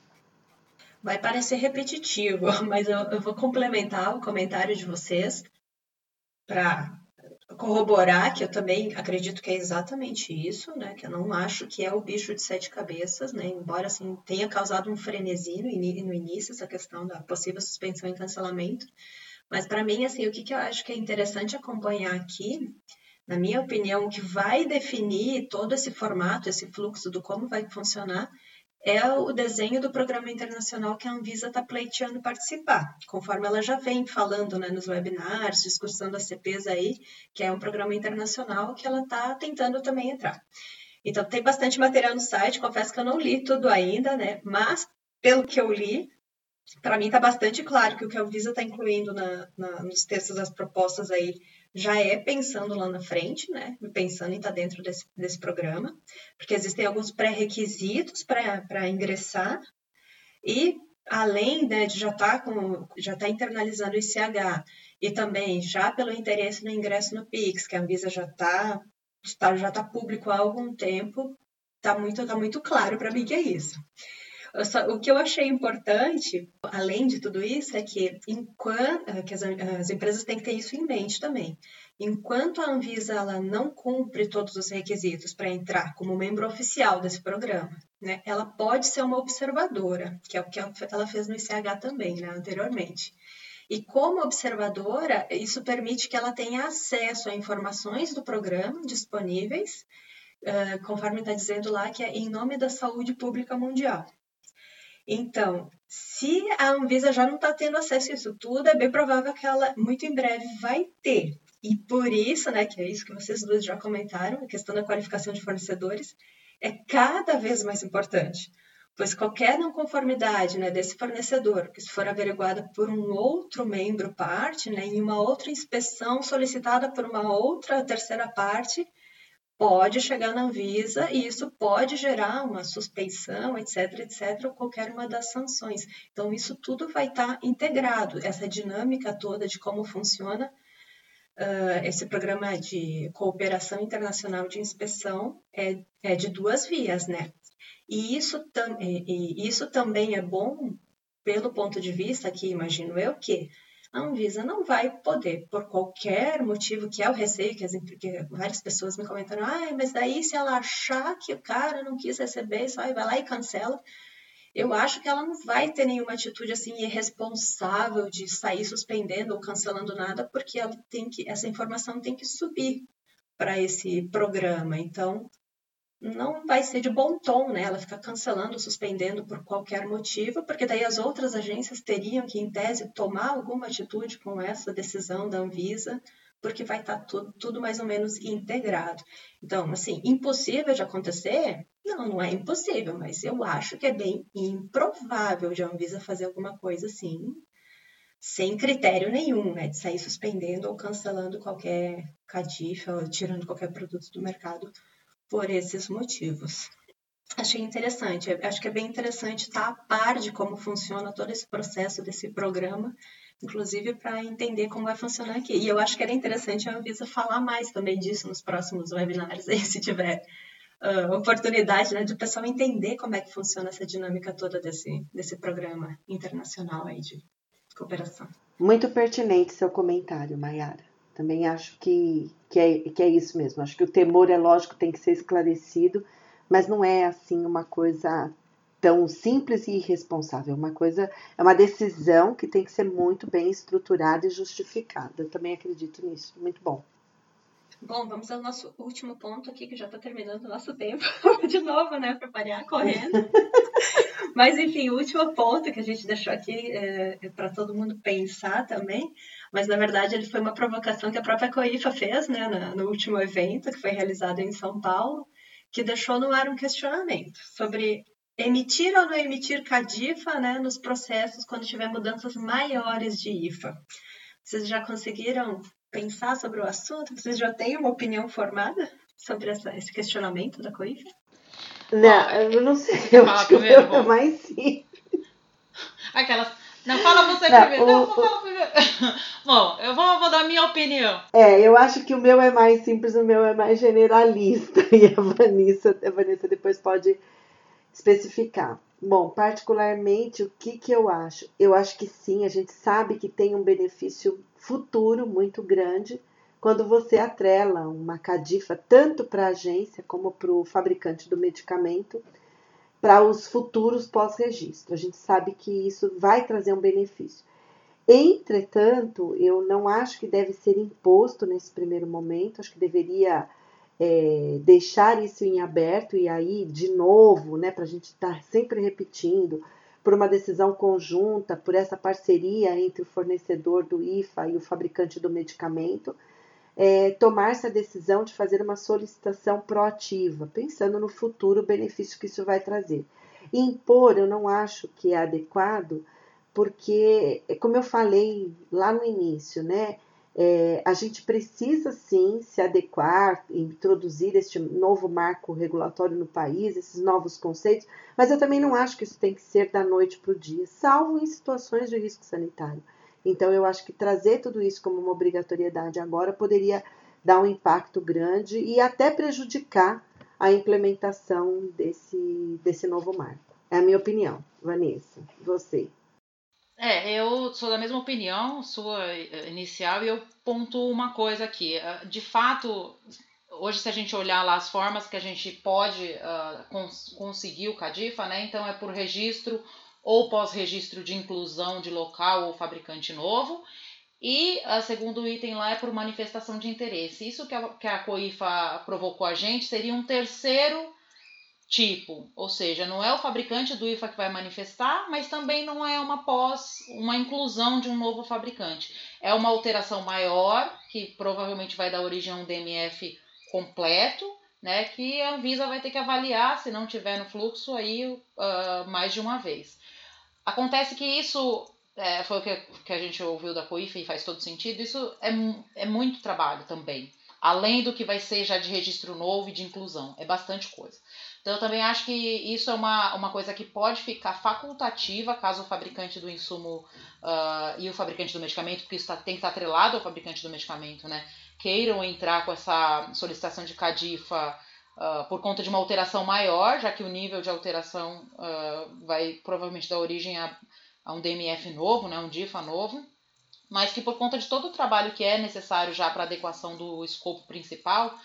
Vai parecer repetitivo, mas eu vou complementar o comentário de vocês para corroborar que eu também acredito que é exatamente isso, né? Que eu não acho que é o bicho de 7 cabeças, né? Embora assim tenha causado um frenesi no início essa questão da possível suspensão e cancelamento, mas para mim assim o que eu acho que é interessante acompanhar aqui, na minha opinião, o que vai definir todo esse formato, esse fluxo do como vai funcionar é o desenho do programa internacional que a Anvisa está pleiteando participar, conforme ela já vem falando, né, nos webinars, discussando as CPs aí, que é um programa internacional que ela está tentando também entrar. Então, tem bastante material no site, confesso que eu não li tudo ainda, né, mas, pelo que eu li, para mim está bastante claro que o que a Anvisa está incluindo nos textos das propostas aí já é pensando lá na frente, né? Pensando em estar dentro desse programa, porque existem alguns pré-requisitos para ingressar e além, né, de já tá internalizando o ICH e também já pelo interesse no ingresso no PIX, que a Anvisa já tá público há algum tempo, tá muito claro para mim que é isso. O que eu achei importante, além de tudo isso, é que as empresas têm que ter isso em mente também. Enquanto a Anvisa ela não cumpre todos os requisitos para entrar como membro oficial desse programa, né, ela pode ser uma observadora, que é o que ela fez no ICH também, né, anteriormente. E como observadora, isso permite que ela tenha acesso a informações do programa disponíveis, conforme está dizendo lá, que é em nome da saúde pública mundial. Então, se a Anvisa já não está tendo acesso a isso tudo, é bem provável que ela, muito em breve, vai ter. E por isso, né, que é isso que vocês duas já comentaram, a questão da qualificação de fornecedores é cada vez mais importante. Pois qualquer não conformidade, né, desse fornecedor, que se for averiguada por um outro membro parte, né, em uma outra inspeção solicitada por uma outra terceira parte, pode chegar na Anvisa e isso pode gerar uma suspensão, etc., ou qualquer uma das sanções. Então, isso tudo vai estar integrado, essa dinâmica toda de como funciona esse programa de cooperação internacional de inspeção é de 2 vias, né? E isso também é bom pelo ponto de vista que, imagino eu, que a Anvisa não vai poder, por qualquer motivo, que é o receio, que várias pessoas me comentaram, mas daí se ela achar que o cara não quis receber, só vai lá e cancela. Eu acho que ela não vai ter nenhuma atitude assim irresponsável de sair suspendendo ou cancelando nada, porque essa informação tem que subir para esse programa. Então, não vai ser de bom tom, né? Ela fica cancelando, suspendendo por qualquer motivo, porque daí as outras agências teriam que, em tese, tomar alguma atitude com essa decisão da Anvisa, porque vai estar tudo mais ou menos integrado. Então, assim, impossível de acontecer? Não é impossível, mas eu acho que é bem improvável de a Anvisa fazer alguma coisa assim, sem critério nenhum, né, de sair suspendendo ou cancelando qualquer CADIFA ou tirando qualquer produto do mercado por esses motivos. Achei interessante, acho que é bem interessante estar a par de como funciona todo esse processo desse programa, inclusive para entender como vai funcionar aqui. E eu acho que era interessante a Anvisa falar mais também disso nos próximos webinars, aí, se tiver oportunidade, né, de o pessoal entender como é que funciona essa dinâmica toda desse programa internacional aí de cooperação. Muito pertinente seu comentário, Mayara. Também acho que é isso mesmo. Acho que o temor, é lógico, tem que ser esclarecido, mas não é assim uma coisa tão simples e irresponsável. É uma decisão que tem que ser muito bem estruturada e justificada. Eu também acredito nisso. Muito bom. Bom, vamos ao nosso último ponto aqui, que já está terminando o nosso tempo de novo, né, para variar, correndo. Mas, enfim, o último ponto que a gente deixou aqui é para todo mundo pensar também, mas, na verdade, ele foi uma provocação que a própria COIFA fez, né, no último evento, que foi realizado em São Paulo, que deixou no ar um questionamento sobre emitir ou não emitir CADIFA, né, nos processos quando tiver mudanças maiores de IFA. Vocês já conseguiram pensar sobre o assunto? Vocês já têm uma opinião formada sobre esse questionamento da COIFA? Não, eu não sei. Eu acho que o meu é mais simples. Aquelas... Não, fala você primeiro. Não, fala primeiro. Bom, eu vou dar a minha opinião. Eu acho que o meu é mais simples, o meu é mais generalista. E a Vanessa depois pode especificar. Bom, particularmente, o que eu acho? Eu acho que sim, a gente sabe que tem um benefício futuro muito grande quando você atrela uma CADIFA tanto para a agência como para o fabricante do medicamento para os futuros pós-registro. A gente sabe que isso vai trazer um benefício. Entretanto, eu não acho que deve ser imposto nesse primeiro momento, acho que deveria deixar isso em aberto e aí, de novo, né, para a gente estar sempre repetindo, por uma decisão conjunta, por essa parceria entre o fornecedor do IFA e o fabricante do medicamento, tomar essa decisão de fazer uma solicitação proativa, pensando no futuro benefício que isso vai trazer. Impor, eu não acho que é adequado, porque, como eu falei lá no início, né, a gente precisa sim se adequar, introduzir este novo marco regulatório no país, esses novos conceitos, mas eu também não acho que isso tem que ser da noite para o dia, salvo em situações de risco sanitário. Então, eu acho que trazer tudo isso como uma obrigatoriedade agora poderia dar um impacto grande e até prejudicar a implementação desse novo marco. É a minha opinião. Vanessa, você. Eu sou da mesma opinião, sua inicial, e eu pontuo uma coisa aqui. De fato, hoje, se a gente olhar lá as formas que a gente pode conseguir o CADIFA, né? Então é por registro ou pós-registro de inclusão de local ou fabricante novo. E o segundo item lá é por manifestação de interesse. Isso que a COIFA provocou a gente seria um terceiro tipo, ou seja, não é o fabricante do IFA que vai manifestar, mas também não é uma inclusão de um novo fabricante. É uma alteração maior, que provavelmente vai dar origem a um DMF completo, né, que a Anvisa vai ter que avaliar, se não tiver no fluxo, aí mais de uma vez. Acontece que isso, foi o que a gente ouviu da COIFA e faz todo sentido, isso é muito trabalho também. Além do que vai ser já de registro novo e de inclusão. É bastante coisa. Então, eu também acho que isso é uma coisa que pode ficar facultativa caso o fabricante do insumo e o fabricante do medicamento, porque isso tem que estar atrelado ao fabricante do medicamento, né, queiram entrar com essa solicitação de CADIFA por conta de uma alteração maior, já que o nível de alteração vai provavelmente dar origem a um DMF novo, né, um DIFA novo, mas que por conta de todo o trabalho que é necessário já para adequação do escopo principal,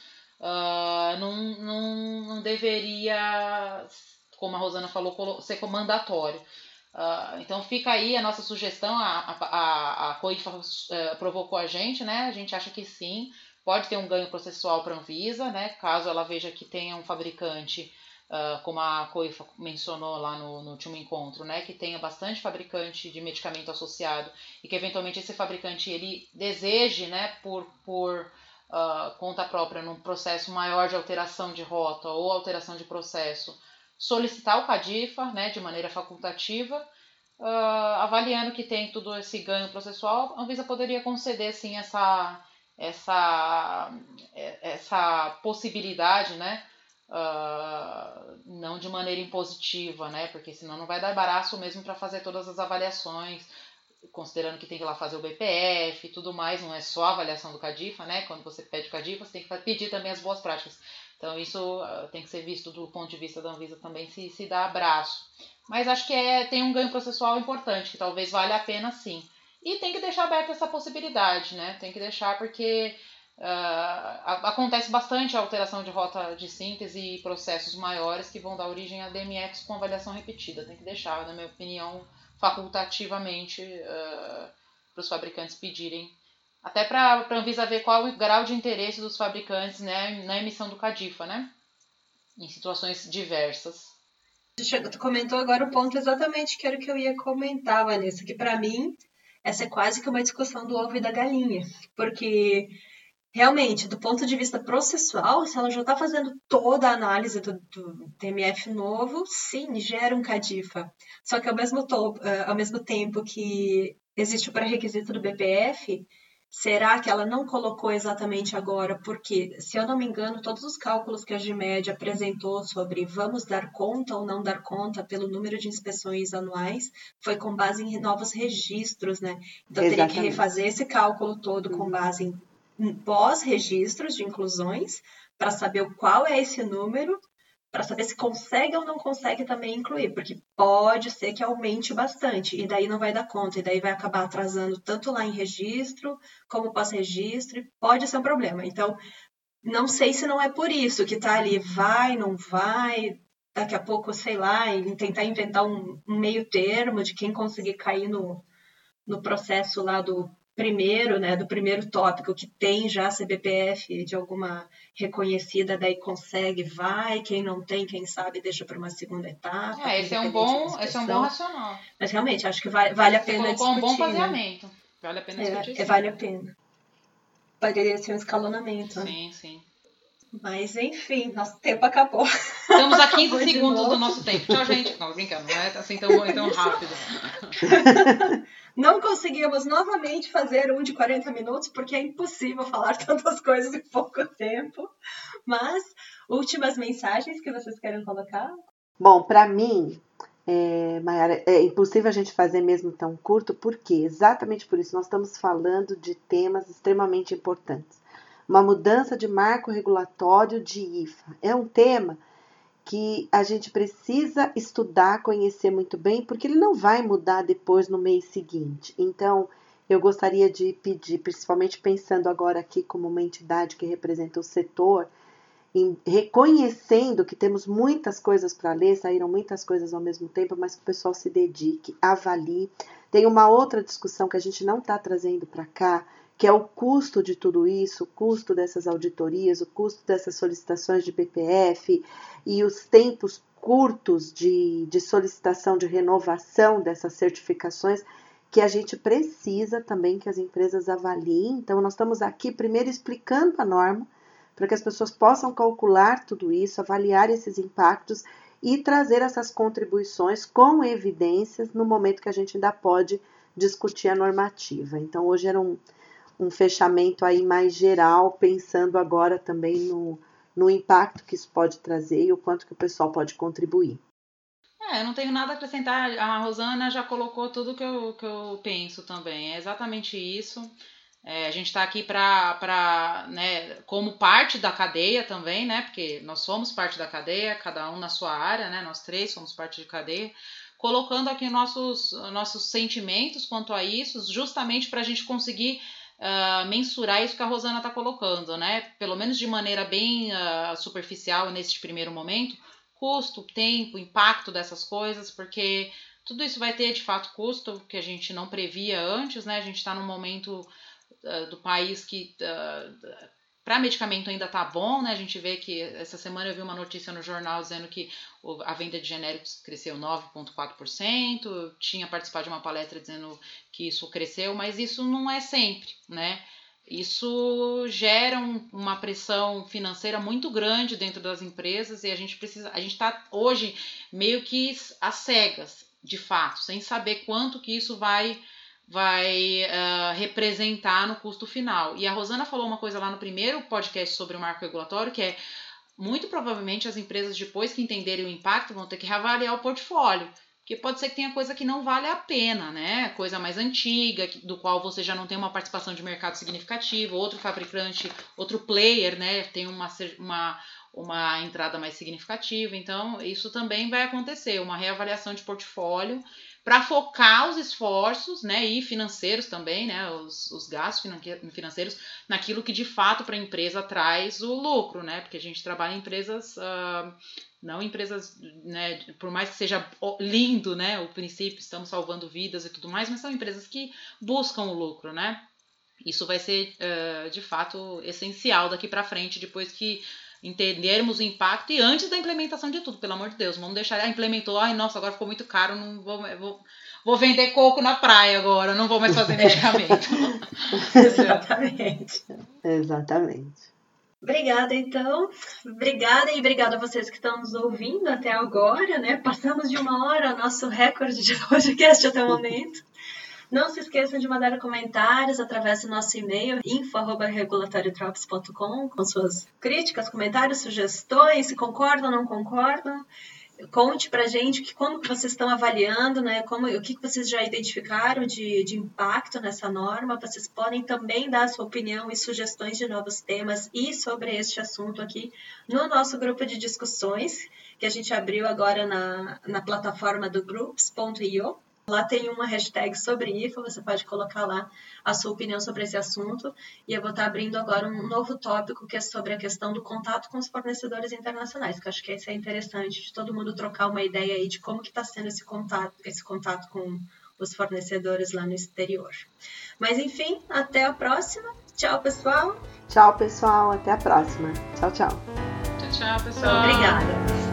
não deveria, como a Rosana falou, ser mandatório. Então fica aí a nossa sugestão, a COIFA provocou a gente, né? A gente acha que sim, pode ter um ganho processual para a Anvisa, né? Caso ela veja que tenha um fabricante, como a COIFA mencionou lá no último encontro, né, que tenha bastante fabricante de medicamento associado e que eventualmente esse fabricante ele deseje, né, por conta própria, num processo maior de alteração de rota ou alteração de processo, solicitar o CADIFA, né, de maneira facultativa, avaliando que tem tudo esse ganho processual, a Anvisa poderia conceder sim essa possibilidade, né? Não de maneira impositiva, né? Porque senão não vai dar braço mesmo para fazer todas as avaliações, considerando que tem que ir lá fazer o BPF e tudo mais, não é só a avaliação do CADIFA, né? Quando você pede o CADIFA, você tem que pedir também as boas práticas. Então isso tem que ser visto do ponto de vista da Anvisa também, se dá abraço. Mas acho que tem um ganho processual importante, que talvez valha a pena sim. E tem que deixar aberta essa possibilidade, né? Tem que deixar porque acontece bastante a alteração de rota de síntese e processos maiores que vão dar origem a DMFs com avaliação repetida. Tem que deixar, na minha opinião, facultativamente para os fabricantes pedirem. Até para a Anvisa ver qual é o grau de interesse dos fabricantes, né, na emissão do CADIFA, né? Em situações diversas. Tu comentou agora o ponto exatamente que era o que eu ia comentar, Vanessa, que para mim essa é quase que uma discussão do ovo e da galinha, porque realmente, do ponto de vista processual, se ela já está fazendo toda a análise do TMF novo, sim, gera um CADIFA. Só que ao mesmo tempo que existe o pré-requisito do BPF, será que ela não colocou exatamente agora? Porque, se eu não me engano, todos os cálculos que a GMED apresentou sobre vamos dar conta ou não dar conta pelo número de inspeções anuais foi com base em novos registros, né? Então, teria que refazer esse cálculo todo com base em pós-registros de inclusões para saber qual é esse número, para saber se consegue ou não consegue também incluir, porque pode ser que aumente bastante, e daí não vai dar conta, e daí vai acabar atrasando tanto lá em registro, como pós-registro, e pode ser um problema. Então, não sei se não é por isso que está ali, vai, não vai, daqui a pouco, sei lá, tentar inventar um meio termo de quem conseguir cair no processo lá do primeiro, né, do primeiro tópico que tem já CBPF de alguma reconhecida, daí consegue, vai, quem não tem, quem sabe, deixa para uma segunda etapa. Esse é um bom racional. Mas realmente, acho que vale a pena discutir. Um bom faseamento. Né? Vale a pena discutir, sim. Vale a pena. Poderia ser um escalonamento. Sim, sim. Mas, enfim, nosso tempo acabou. Estamos a 15 segundos do nosso tempo. Tchau, gente. Não, brincando, não é assim tão rápido. Não conseguimos novamente fazer um de 40 minutos, porque é impossível falar tantas coisas em pouco tempo. Mas, últimas mensagens que vocês querem colocar? Bom, para mim, Mayara, é impossível a gente fazer mesmo tão curto, porque exatamente por isso nós estamos falando de temas extremamente importantes. Uma mudança de marco regulatório de IFA. É um tema que a gente precisa estudar, conhecer muito bem, porque ele não vai mudar depois no mês seguinte. Então, eu gostaria de pedir, principalmente pensando agora aqui como uma entidade que representa o setor, reconhecendo que temos muitas coisas para ler, saíram muitas coisas ao mesmo tempo, mas que o pessoal se dedique, avalie. Tem uma outra discussão que a gente não está trazendo para cá, que é o custo de tudo isso, o custo dessas auditorias, o custo dessas solicitações de BPF e os tempos curtos de solicitação de renovação dessas certificações, que a gente precisa também que as empresas avaliem. Então, nós estamos aqui primeiro explicando a norma, para que as pessoas possam calcular tudo isso, avaliar esses impactos e trazer essas contribuições com evidências no momento que a gente ainda pode discutir a normativa. Então, hoje era um fechamento aí mais geral, pensando agora também no impacto que isso pode trazer e o quanto que o pessoal pode contribuir. Eu não tenho nada a acrescentar, a Rosana já colocou tudo que eu penso também, é exatamente isso. A gente está aqui né, como parte da cadeia também, né, porque nós somos parte da cadeia, cada um na sua área, né, nós três somos parte de cadeia, colocando aqui nossos sentimentos quanto a isso, justamente para a gente conseguir mensurar isso que a Rosana está colocando, né? Pelo menos de maneira bem superficial nesse primeiro momento, custo, tempo, impacto dessas coisas, porque tudo isso vai ter de fato custo que a gente não previa antes, né? A gente está num momento do país que para medicamento ainda tá bom, né? A gente vê que essa semana eu vi uma notícia no jornal dizendo que a venda de genéricos cresceu 9,4%. Eu tinha participado de uma palestra dizendo que isso cresceu, mas isso não é sempre, né? Isso gera uma pressão financeira muito grande dentro das empresas e a gente está hoje meio que às cegas. de fato, sem saber quanto que isso vai representar no custo final. E a Rosana falou uma coisa lá no primeiro podcast sobre o marco regulatório, que é, muito provavelmente as empresas, depois que entenderem o impacto, vão ter que reavaliar o portfólio. Porque pode ser que tenha coisa que não vale a pena, né? Coisa mais antiga, do qual você já não tem uma participação de mercado significativa, outro fabricante, outro player, né? Tem uma entrada mais significativa. Então, isso também vai acontecer, uma reavaliação de portfólio para focar os esforços, né, e financeiros também, né, os gastos financeiros naquilo que de fato para a empresa traz o lucro, né, porque a gente trabalha em empresas, não empresas, né, por mais que seja lindo, né, o princípio, estamos salvando vidas e tudo mais, mas são empresas que buscam o lucro, né. Isso vai ser de fato essencial daqui para frente, depois que entendermos o impacto e antes da implementação de tudo, pelo amor de Deus, vamos deixar, implementou, ai nossa, agora ficou muito caro, não vou vender coco na praia agora, não vou mais fazer medicamento. Exatamente. Obrigada, então. Obrigada a vocês que estão nos ouvindo até agora, né? Passamos de 1 hora, nosso recorde de podcast até o momento. Não se esqueçam de mandar comentários através do nosso e-mail info@regulatoriotrops.com com suas críticas, comentários, sugestões, se concordam ou não concordam. Conte pra gente como que vocês estão avaliando, né? O que vocês já identificaram de impacto nessa norma. Vocês podem também dar a sua opinião e sugestões de novos temas e sobre este assunto aqui no nosso grupo de discussões, que a gente abriu agora na plataforma do groups.io. Lá tem uma hashtag sobre IFA, você pode colocar lá a sua opinião sobre esse assunto. E eu vou estar abrindo agora um novo tópico que é sobre a questão do contato com os fornecedores internacionais, que eu acho que isso é interessante, de todo mundo trocar uma ideia aí de como que está sendo esse contato com os fornecedores lá no exterior. Mas enfim, até a próxima. Tchau, pessoal. Tchau, pessoal. Até a próxima. Tchau, tchau. Tchau, pessoal. Obrigada.